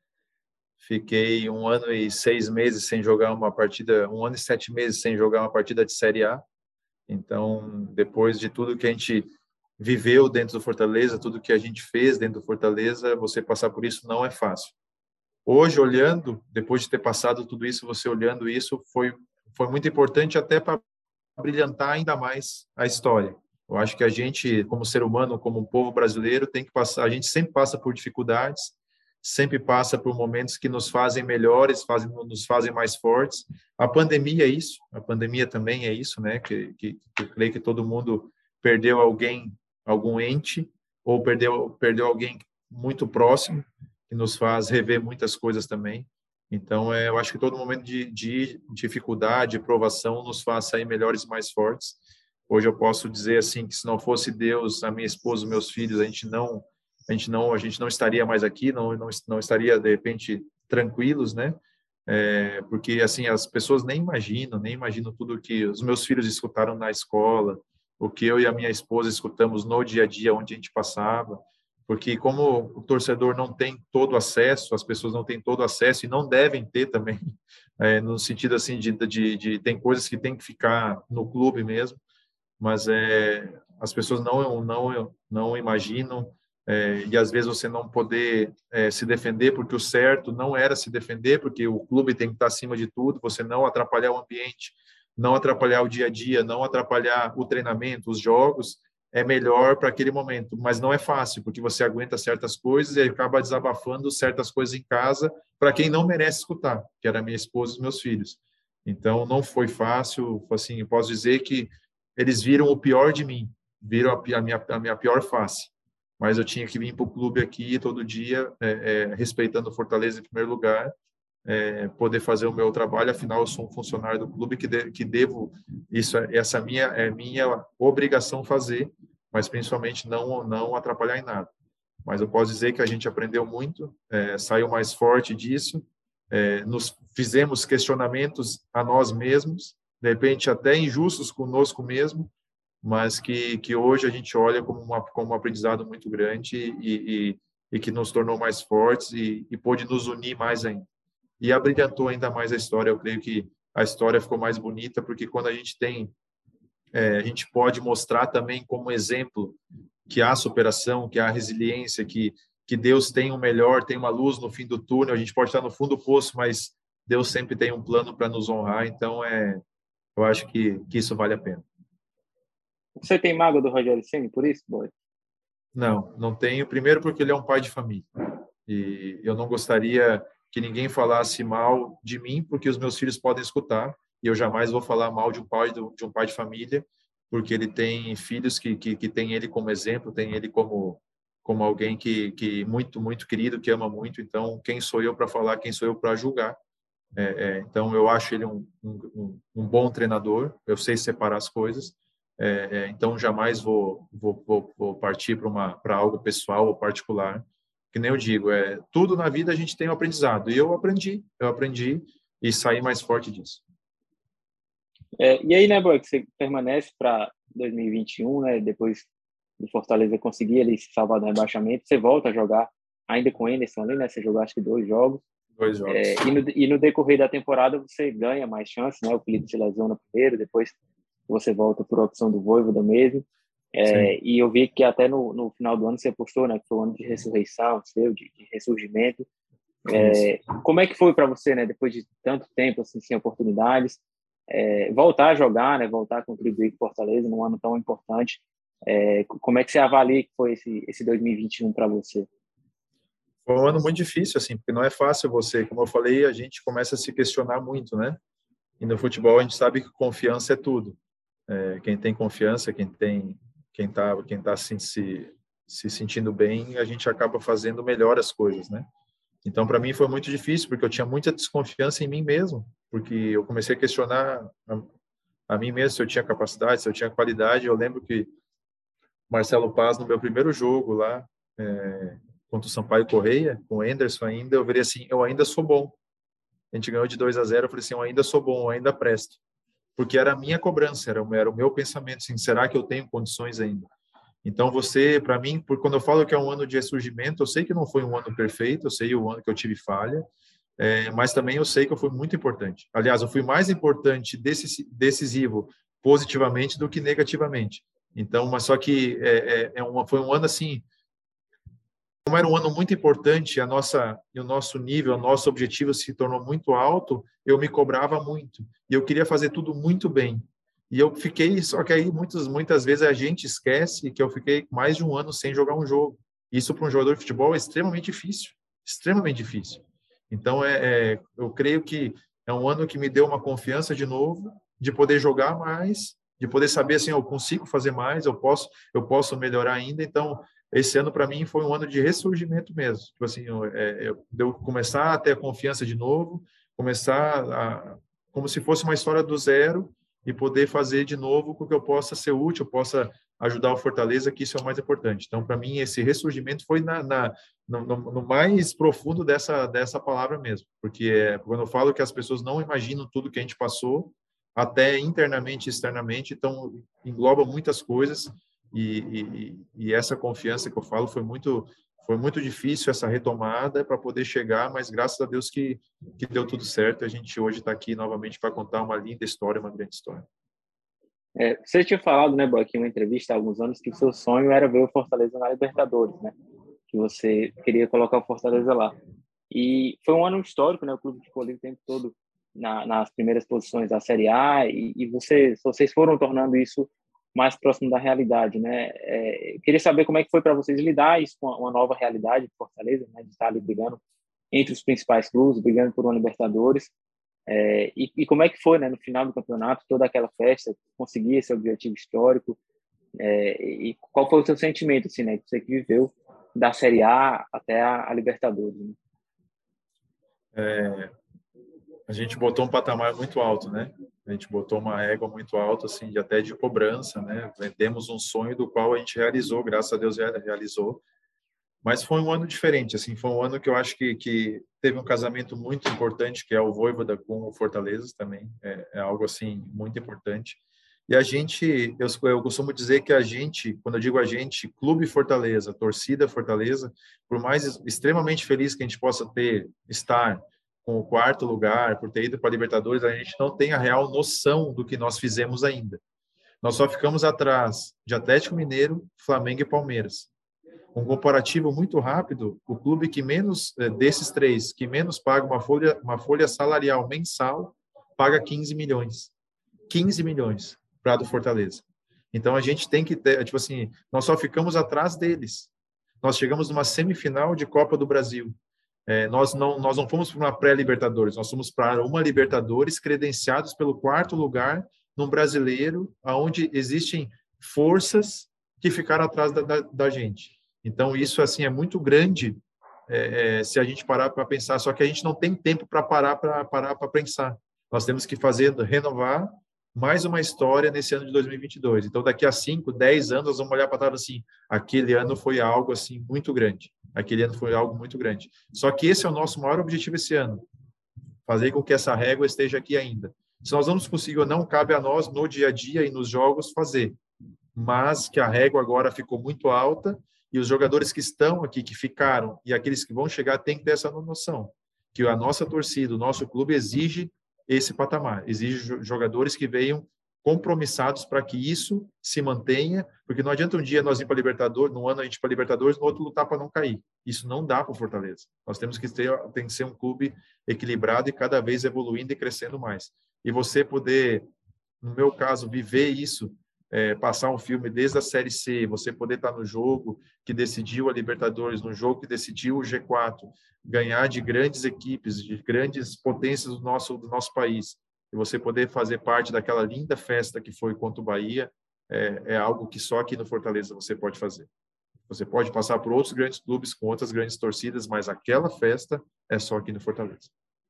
Speaker 5: Fiquei um ano e seis meses sem jogar uma partida, um ano e sete meses sem jogar uma partida de Série A. Então, depois de tudo que a gente viveu dentro do Fortaleza, tudo que a gente fez dentro do Fortaleza, você passar por isso não é fácil. Hoje, olhando, depois de ter passado tudo isso, você olhando isso, foi, foi muito importante até para brilhantar ainda mais a história. Eu acho que a gente, como ser humano, como um povo brasileiro, tem que passar, a gente sempre passa por dificuldades, sempre passa por momentos que nos fazem melhores, fazem, nos fazem mais fortes. A pandemia é isso, a pandemia também é isso, né? Que, que, que eu creio que todo mundo perdeu alguém, algum ente, ou perdeu, perdeu alguém muito próximo, que nos faz rever muitas coisas também. Então, é, eu acho que todo momento de, de dificuldade, de provação, nos faz sair melhores e mais fortes. Hoje eu posso dizer assim que se não fosse Deus, a minha esposa, os meus filhos, a gente não a gente não, a gente não estaria mais aqui, não, não, não estaria, de repente, tranquilos, né? É, porque, assim, as pessoas nem imaginam, nem imaginam tudo que os meus filhos escutaram na escola, o que eu e a minha esposa escutamos no dia a dia onde a gente passava, porque como o torcedor não tem todo acesso, as pessoas não têm todo acesso e não devem ter também, é, no sentido, assim, de, de, de tem coisas que tem que ficar no clube mesmo, mas é, as pessoas não, não, não imaginam, é, e às vezes você não poder é, se defender, porque o certo não era se defender, porque o clube tem que estar acima de tudo, você não atrapalhar o ambiente, não atrapalhar o dia a dia, não atrapalhar o treinamento, os jogos, é melhor para aquele momento, mas não é fácil, porque você aguenta certas coisas e acaba desabafando certas coisas em casa para quem não merece escutar, que era minha esposa e os meus filhos. Então, não foi fácil, assim, eu posso dizer que eles viram o pior de mim, viram a minha, a minha pior face, mas eu tinha que vir para o clube aqui todo dia, é, é, respeitando o Fortaleza em primeiro lugar, é, poder fazer o meu trabalho, afinal eu sou um funcionário do clube que, de, que devo, isso, essa minha, é minha obrigação fazer, mas principalmente não, não atrapalhar em nada. Mas eu posso dizer que a gente aprendeu muito, é, saiu mais forte disso, é, nos fizemos questionamentos a nós mesmos, de repente até injustos conosco mesmo, mas que, que hoje a gente olha como, uma, como um aprendizado muito grande e, e, e que nos tornou mais fortes e, e pôde nos unir mais ainda. E abrilhantou ainda mais a história. Eu creio que a história ficou mais bonita, porque quando a gente tem, é, a gente pode mostrar também como exemplo que há superação, que há resiliência, que, que Deus tem o melhor, tem uma luz no fim do túnel, a gente pode estar no fundo do poço, mas Deus sempre tem um plano para nos honrar, então é, eu acho que, que isso vale a pena.
Speaker 7: Você tem mágoa do Rogério Ceni por isso, Boy?
Speaker 5: Não, não tenho. Primeiro porque ele é um pai de família. E eu não gostaria que ninguém falasse mal de mim, porque os meus filhos podem escutar, e eu jamais vou falar mal de um pai de um pai de família, porque ele tem filhos que que, que tem ele como exemplo, tem ele como como alguém que que muito muito querido, que ama muito. Então, quem sou eu para falar? Quem sou eu para julgar? É, é, então, eu acho ele um, um, um bom treinador. Eu sei separar as coisas. É, é, então, jamais vou vou, vou, vou partir para uma para algo pessoal ou particular. Que nem eu digo, é, tudo na vida a gente tem um aprendizado. E eu aprendi, eu aprendi e saí mais forte disso.
Speaker 7: É, e aí, né, Boy, que você permanece para dois mil e vinte e um, né, depois do Fortaleza conseguir ele se salvar do rebaixamento, você volta a jogar ainda com o Anderson ali, né, você jogou acho que dois jogos.
Speaker 5: Dois jogos.
Speaker 7: É, e, no, e no decorrer da temporada você ganha mais chances, né, o Felipe se lesiona primeiro, depois você volta por opção do Vojvoda mesmo. É, e eu vi que até no, no final do ano você postou, né, que foi um ano de ressurreição seu, de, de ressurgimento. É, como é que foi para você, né, depois de tanto tempo assim, sem oportunidades, é, voltar a jogar, né, voltar a contribuir com Fortaleza num ano tão importante? É, como é que você avalia que foi esse, esse dois mil e vinte e um para você?
Speaker 5: Foi um ano muito difícil, assim, porque não é fácil você, como eu falei, a gente começa a se questionar muito, né? E no futebol a gente sabe que confiança é tudo. É, quem tem confiança, quem tem quem está quem tá, assim, se, se sentindo bem, a gente acaba fazendo melhor as coisas, né? Então, para mim foi muito difícil, porque eu tinha muita desconfiança em mim mesmo, porque eu comecei a questionar a, a mim mesmo se eu tinha capacidade, se eu tinha qualidade. Eu lembro que Marcelo Paz, no meu primeiro jogo lá, é, contra o Sampaio Correia, com o Anderson ainda, eu virei assim, eu ainda sou bom. A gente ganhou de dois a zero, eu falei assim, eu ainda sou bom, eu ainda presto. Porque era a minha cobrança, era, era o meu pensamento, assim, será que eu tenho condições ainda? Então, você, para mim, por, quando eu falo que é um ano de ressurgimento, eu sei que não foi um ano perfeito, eu sei o ano que eu tive falha, é, mas também eu sei que eu fui muito importante. Aliás, eu fui mais importante, decisivo, positivamente do que negativamente. Então, mas só que é, é, é uma, foi um ano assim, como era um ano muito importante, a nossa, o nosso nível, o nosso objetivo se tornou muito alto, eu me cobrava muito. E eu queria fazer tudo muito bem. E eu fiquei, só que aí muitas, muitas vezes a gente esquece que eu fiquei mais de um ano sem jogar um jogo. Isso para um jogador de futebol é extremamente difícil, extremamente difícil. Então, é, é, eu creio que é um ano que me deu uma confiança de novo, de poder jogar mais, de poder saber assim, eu consigo fazer mais, eu posso, eu posso melhorar ainda. Então, esse ano para mim foi um ano de ressurgimento mesmo. Tipo assim, eu, é, eu, eu começar a ter a confiança de novo, começar a, como se fosse uma história do zero, e poder fazer de novo com que eu possa ser útil, eu possa ajudar o Fortaleza, que isso é o mais importante. Então, para mim, esse ressurgimento foi na, na no, no, no mais profundo dessa, dessa palavra mesmo, porque é, quando eu falo que as pessoas não imaginam tudo que a gente passou, até internamente e externamente, então engloba muitas coisas, e, e, e essa confiança que eu falo foi muito, foi muito difícil, essa retomada para poder chegar, mas graças a Deus que, que deu tudo certo, a gente hoje está aqui novamente para contar uma linda história, uma grande história.
Speaker 7: É, você tinha falado, né, Boy, aqui em uma entrevista há alguns anos, que o seu sonho era ver o Fortaleza na Libertadores, né? Que você queria colocar o Fortaleza lá. E foi um ano histórico, né? O clube ficou ali o tempo todo na, nas primeiras posições da Série A, e, e você, vocês foram tornando isso mais próximo da realidade, né? É, eu queria saber como é que foi para vocês lidar isso com uma nova realidade de Fortaleza, né? De estar ali brigando entre os principais clubes, brigando por uma Libertadores. É, e, e como é que foi, né, no final do campeonato, toda aquela festa, conseguir esse objetivo histórico, é, e qual foi o seu sentimento, assim, né, que você que viveu da Série A até a, a Libertadores, né?
Speaker 5: É, a gente botou um patamar muito alto, né? A gente botou uma régua muito alta, assim, de, até de cobrança, né? Temos um sonho do qual a gente realizou, graças a Deus realizou. Mas foi um ano diferente, assim, foi um ano que eu acho que, que teve um casamento muito importante, que é o Vojvoda com o Fortaleza também, é, é algo, assim, muito importante. E a gente, eu, eu costumo dizer que a gente, quando eu digo a gente, Clube Fortaleza, torcida Fortaleza, por mais extremamente feliz que a gente possa ter, estar com o quarto lugar, por ter ido para a Libertadores, a gente não tem a real noção do que nós fizemos ainda. Nós só ficamos atrás de Atlético Mineiro, Flamengo e Palmeiras. Um comparativo muito rápido, o clube que menos, desses três, que menos paga uma folha, uma folha salarial mensal, paga quinze milhões. quinze milhões para do Fortaleza. Então, a gente tem que ter, tipo assim, nós só ficamos atrás deles. Nós chegamos numa semifinal de Copa do Brasil. É, nós, não, nós não fomos para uma pré-Libertadores, nós fomos para uma Libertadores credenciados pelo quarto lugar num brasileiro, onde existem forças que ficaram atrás da, da, da gente. Então, isso, assim, é muito grande é, é, se a gente parar para pensar, só que a gente não tem tempo para parar para parar para pensar. Nós temos que fazer, renovar mais uma história nesse ano de dois mil e vinte e dois. Então, daqui a cinco, dez anos, nós vamos olhar para trás assim, aquele ano foi algo, assim, muito grande. Aquele ano foi algo muito grande. Só que esse é o nosso maior objetivo esse ano, fazer com que essa régua esteja aqui ainda. Se nós vamos conseguir ou não, cabe a nós, no dia a dia e nos jogos, fazer. Mas que a régua agora ficou muito alta, e os jogadores que estão aqui, que ficaram, e aqueles que vão chegar, têm que ter essa noção, que a nossa torcida, o nosso clube exige esse patamar, exige jogadores que venham compromissados para que isso se mantenha, porque não adianta um dia nós ir para Libertadores, no ano a gente ir para Libertadores, no outro lutar para não cair. Isso não dá para o Fortaleza. Nós temos que ter, tem que ser um clube equilibrado e cada vez evoluindo e crescendo mais. E você poder, no meu caso, viver isso, É, passar um filme desde a Série C, você poder estar no jogo que decidiu a Libertadores, no jogo que decidiu o G quatro, ganhar de grandes equipes, de grandes potências do nosso, do nosso país, e você poder fazer parte daquela linda festa que foi contra o Bahia, é, é algo que só aqui no Fortaleza você pode fazer. Você pode passar por outros grandes clubes com outras grandes torcidas, mas aquela festa é só aqui no Fortaleza.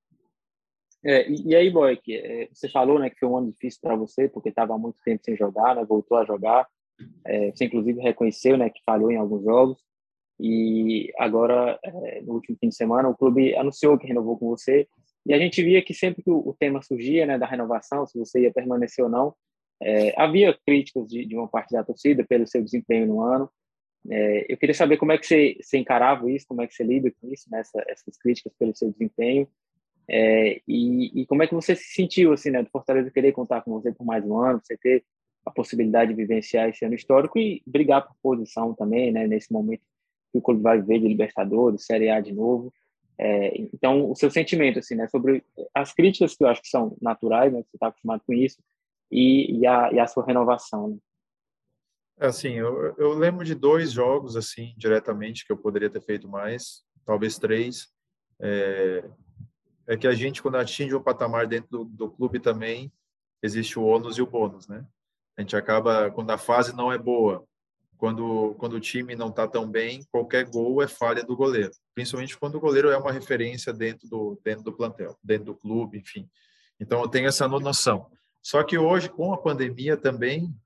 Speaker 7: É, e, e aí, Boy, que, é, você falou, né, que foi um ano difícil para você, porque estava há muito tempo sem jogar, né, voltou a jogar, é, você inclusive reconheceu, né, que falhou em alguns jogos, e agora, é, no último fim de semana, o clube anunciou que renovou com você, e a gente via que sempre que o, o tema surgia, né, da renovação, se você ia permanecer ou não, é, havia críticas de, de uma parte da torcida pelo seu desempenho no ano. É, eu queria saber como é que você, você encarava isso, como é que você lida com isso, né, essa, essas críticas pelo seu desempenho. É, e, e como é que você se sentiu, assim, né, do Fortaleza querer contar com você por mais um ano, você ter a possibilidade de vivenciar esse ano histórico e brigar por posição também, né, nesse momento que o clube vai viver de Libertadores, Série A de novo. É, então, o seu sentimento, assim, né, sobre as críticas que eu acho que são naturais, né, você está acostumado com isso, e, e, a, e a sua renovação, né?
Speaker 5: Assim, eu, eu lembro de dois jogos, assim, diretamente, que eu poderia ter feito mais, talvez três. É... é que a gente, quando atinge um patamar dentro do, do clube também, existe o ônus e o bônus, né? A gente acaba, quando a fase não é boa, quando, quando o time não está tão bem, qualquer gol é falha do goleiro. Principalmente quando o goleiro é uma referência dentro do, dentro do plantel, dentro do clube, enfim. Então, eu tenho essa noção. Só que hoje, com a pandemia também,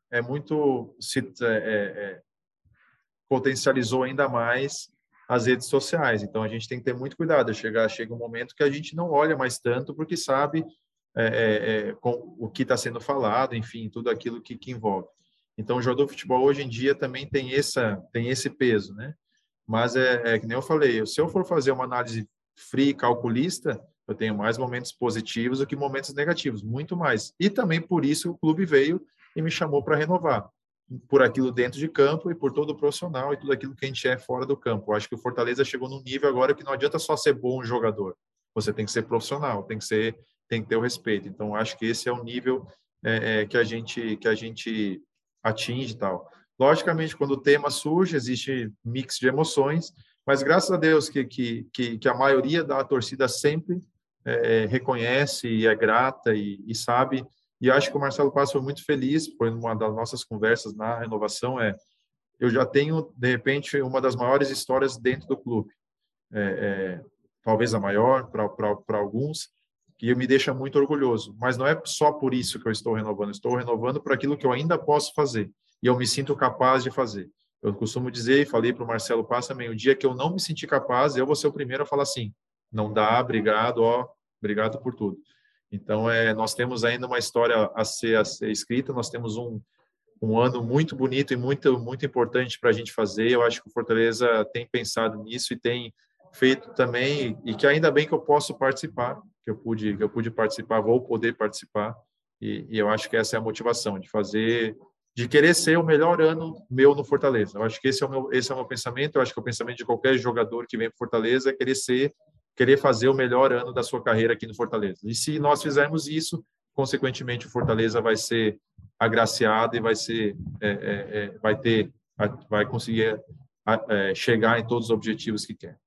Speaker 5: é muito se é, é, potencializou ainda mais as redes sociais. Então, a gente tem que ter muito cuidado. Chega, chega um momento que a gente não olha mais tanto, porque sabe é, é, com o que está sendo falado, enfim, tudo aquilo que, que envolve. Então, o jogador de futebol, hoje em dia, também tem, essa, tem esse peso, né? Mas, é, é que nem eu falei, se eu for fazer uma análise fria, calculista, eu tenho mais momentos positivos do que momentos negativos, muito mais. E também, por isso, o clube veio e me chamou para renovar, por aquilo dentro de campo e por todo o profissional e tudo aquilo que a gente é fora do campo. Eu acho que o Fortaleza chegou num nível agora que não adianta só ser bom jogador, você tem que ser profissional, tem que ser, tem que ter o respeito. Então, acho que esse é o nível é, é, que a gente que a gente atinge e tal. Logicamente, quando o tema surge, existe mix de emoções, mas graças a Deus que que que, que a maioria da torcida sempre é, reconhece e é grata e, e sabe. E acho que o Marcelo Paz foi muito feliz, foi uma das nossas conversas na renovação, é, eu já tenho, de repente, uma das maiores histórias dentro do clube. É, é, talvez a maior para alguns, que me deixa muito orgulhoso. Mas não é só por isso que eu estou renovando, estou renovando por aquilo que eu ainda posso fazer. E eu me sinto capaz de fazer. Eu costumo dizer, e falei para o Marcelo Paz também, o dia que eu não me sentir capaz, eu vou ser o primeiro a falar assim, não dá, obrigado, ó, obrigado por tudo. Então, é, nós temos ainda uma história a ser, a ser escrita, nós temos um, um ano muito bonito e muito, muito importante para a gente fazer. Eu acho que o Fortaleza tem pensado nisso e tem feito também, e que ainda bem que eu posso participar, que eu pude, que eu pude participar, vou poder participar, e, e eu acho que essa é a motivação, de fazer, de querer ser o melhor ano meu no Fortaleza. Eu acho que esse é o meu, esse é o meu pensamento, eu acho que é o pensamento de qualquer jogador que vem para o Fortaleza é querer ser querer fazer o melhor ano da sua carreira aqui no Fortaleza. E se nós fizermos isso, consequentemente, o Fortaleza vai ser agraciado e vai ser, é, é, é, vai ter, vai conseguir é, chegar em todos os objetivos que quer.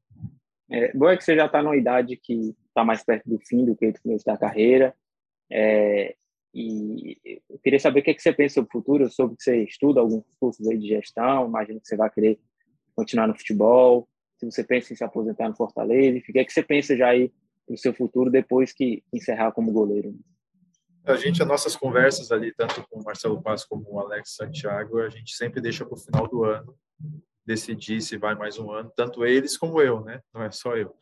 Speaker 7: É, bom é que você já está numa idade que está mais perto do fim do que do começo da carreira. É, e eu queria saber o que, é que você pensa sobre o futuro. Eu soube que você estuda alguns cursos aí de gestão, imagino que você vai querer continuar no futebol. Se você pensa em se aposentar no Fortaleza, o que é que você pensa já aí no seu futuro depois que encerrar como goleiro?
Speaker 5: A gente, as nossas conversas ali, tanto com o Marcelo Paz como o Alex Santiago, a gente sempre deixa para o final do ano decidir se vai mais um ano, tanto eles como eu, né? Não é só eu.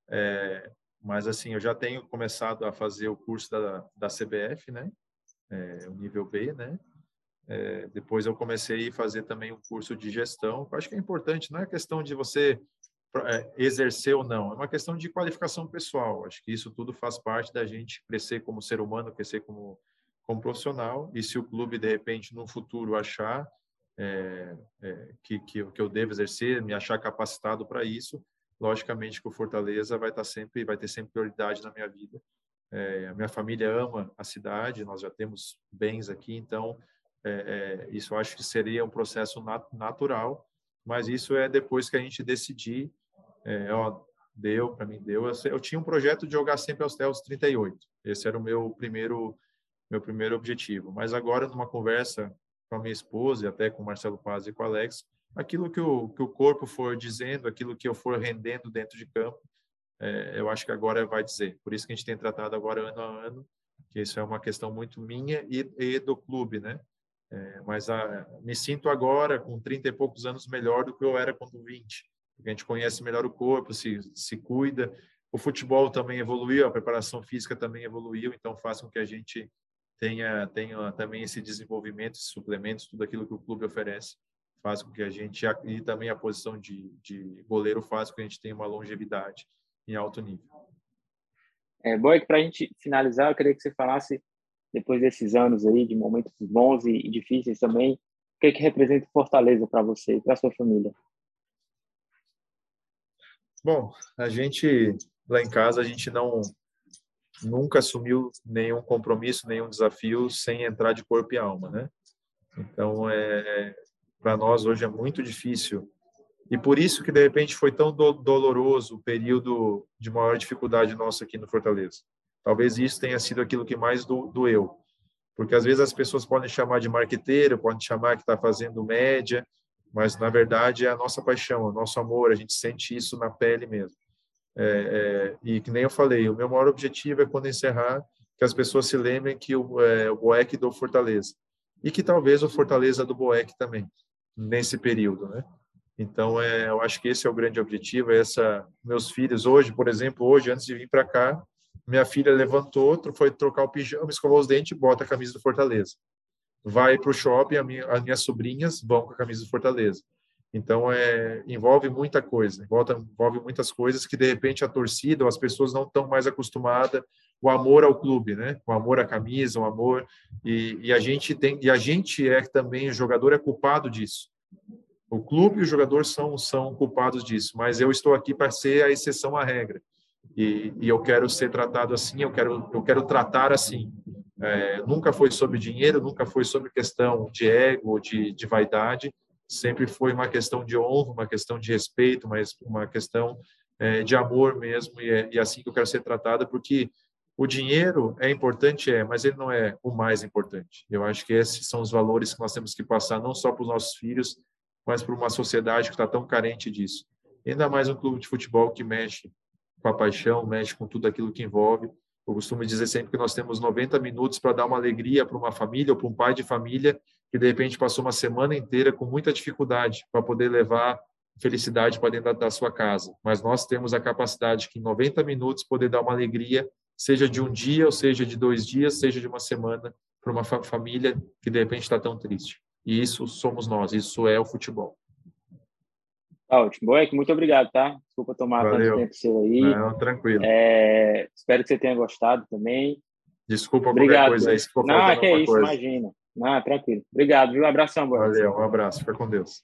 Speaker 5: É, mas, assim, eu já tenho começado a fazer o curso da, da C B F, né? É, o nível B, né? É, depois eu comecei a fazer também um curso de gestão. Eu acho que é importante, não é questão de você exercer ou não, é uma questão de qualificação pessoal. Acho que isso tudo faz parte da gente crescer como ser humano, crescer como, como profissional, e se o clube, de repente, no futuro achar é, é, que, que, que eu devo exercer, me achar capacitado para isso, logicamente que o Fortaleza vai estar sempre, vai ter sempre prioridade na minha vida. É, a minha família ama a cidade, nós já temos bens aqui, então é, é, isso eu acho que seria um processo nat natural, mas isso é depois que a gente decidir. É, ó, deu, para mim deu. Eu, eu tinha um projeto de jogar sempre aos, até os trinta e oito. Esse era o meu primeiro, meu primeiro objetivo. Mas agora, numa conversa com a minha esposa, e até com o Marcelo Paz e com o Alex, aquilo que o, que o corpo for dizendo, aquilo que eu for rendendo dentro de campo, é, eu acho que agora vai dizer. Por isso que a gente tem tratado agora ano a ano, que isso é uma questão muito minha e, e do clube, né? É, mas a, me sinto agora, com trinta e poucos anos, melhor do que eu era quando vinte. Porque a gente conhece melhor o corpo, se, se cuida. O futebol também evoluiu, a preparação física também evoluiu, então faz com que a gente tenha, tenha também esse desenvolvimento, esses suplementos, tudo aquilo que o clube oferece, faz com que a gente, e também a posição de, de goleiro faz com que a gente tenha uma longevidade em alto nível.
Speaker 7: É, bom, é que para a gente finalizar, eu queria que você falasse, depois desses anos aí, de momentos bons e, e difíceis também, o que é que representa Fortaleza para você e para a sua família?
Speaker 5: Bom, a gente, lá em casa, a gente não nunca assumiu nenhum compromisso, nenhum desafio sem entrar de corpo e alma, né? Então, é, para nós hoje é muito difícil. E por isso que, de repente, foi tão do, doloroso o período de maior dificuldade nossa aqui no Fortaleza. Talvez isso tenha sido aquilo que mais do, doeu. Porque, às vezes, as pessoas podem chamar de marqueteiro, podem chamar que está fazendo média, mas, na verdade, é a nossa paixão, é o nosso amor, a gente sente isso na pele mesmo. É, é, e que nem eu falei, o meu maior objetivo é, quando encerrar, que as pessoas se lembrem que o, é, o Boeck do Fortaleza. e que talvez o Fortaleza do Boeck também, nesse período, né? Então, é, eu acho que esse é o grande objetivo. Essa, meus filhos, hoje, por exemplo, hoje, antes de vir para cá, minha filha levantou, foi trocar o pijama, escovou os dentes e bota a camisa do Fortaleza. Vai para o shopping, a minha, as minhas sobrinhas vão com a camisa do Fortaleza. Então, é, envolve muita coisa, envolve, envolve muitas coisas que, de repente, a torcida, as pessoas não estão mais acostumadas, o amor ao clube, né? O amor à camisa, o amor... E, e, a gente tem, e a gente é também, o jogador é culpado disso. O clube e o jogador são, são culpados disso, mas eu estou aqui para ser a exceção à regra. E, e eu quero ser tratado assim, eu quero, eu quero tratar assim. É, nunca foi sobre dinheiro, nunca foi sobre questão de ego, de, de vaidade, sempre foi uma questão de honra, uma questão de respeito, mas uma questão é, de amor mesmo, e é, e é assim que eu quero ser tratado, porque o dinheiro é importante, é, mas ele não é o mais importante. Eu acho que esses são os valores que nós temos que passar, não só para os nossos filhos, mas para uma sociedade que está tão carente disso. E ainda mais um clube de futebol que mexe com a paixão, mexe com tudo aquilo que envolve. Eu costumo dizer sempre que nós temos noventa minutos para dar uma alegria para uma família ou para um pai de família que, de repente, passou uma semana inteira com muita dificuldade para poder levar felicidade para dentro da sua casa. Mas nós temos a capacidade que, em noventa minutos, poder dar uma alegria, seja de um dia, ou seja de dois dias, seja de uma semana, para uma fa- família que, de repente, está tão triste. E isso somos nós, isso é o futebol.
Speaker 7: Ótimo. Boeck, muito obrigado, tá? Desculpa tomar
Speaker 5: Valeu.
Speaker 7: tanto tempo seu aí.
Speaker 5: Não, tranquilo.
Speaker 7: É, espero que você tenha gostado também.
Speaker 5: Desculpa
Speaker 7: Obrigado.
Speaker 5: qualquer coisa aí, se for
Speaker 7: Não,
Speaker 5: faltando
Speaker 7: que é
Speaker 5: alguma
Speaker 7: isso,
Speaker 5: coisa.
Speaker 7: imagina. Não, tranquilo. Obrigado, viu? Abração, Boeck.
Speaker 5: Valeu, um abraço. Fica com Deus.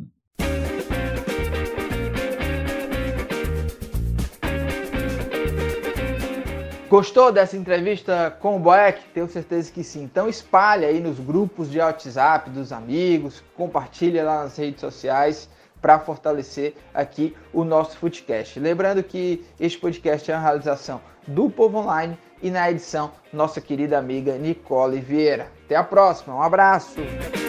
Speaker 6: Gostou dessa entrevista com o Boeck? Tenho certeza que sim. Então espalha aí nos grupos de WhatsApp dos amigos, compartilha lá nas redes sociais para fortalecer aqui o nosso Futecast. Lembrando que este podcast é uma realização do Povo Online e na edição nossa querida amiga Nicole Vieira. Até a próxima, um abraço!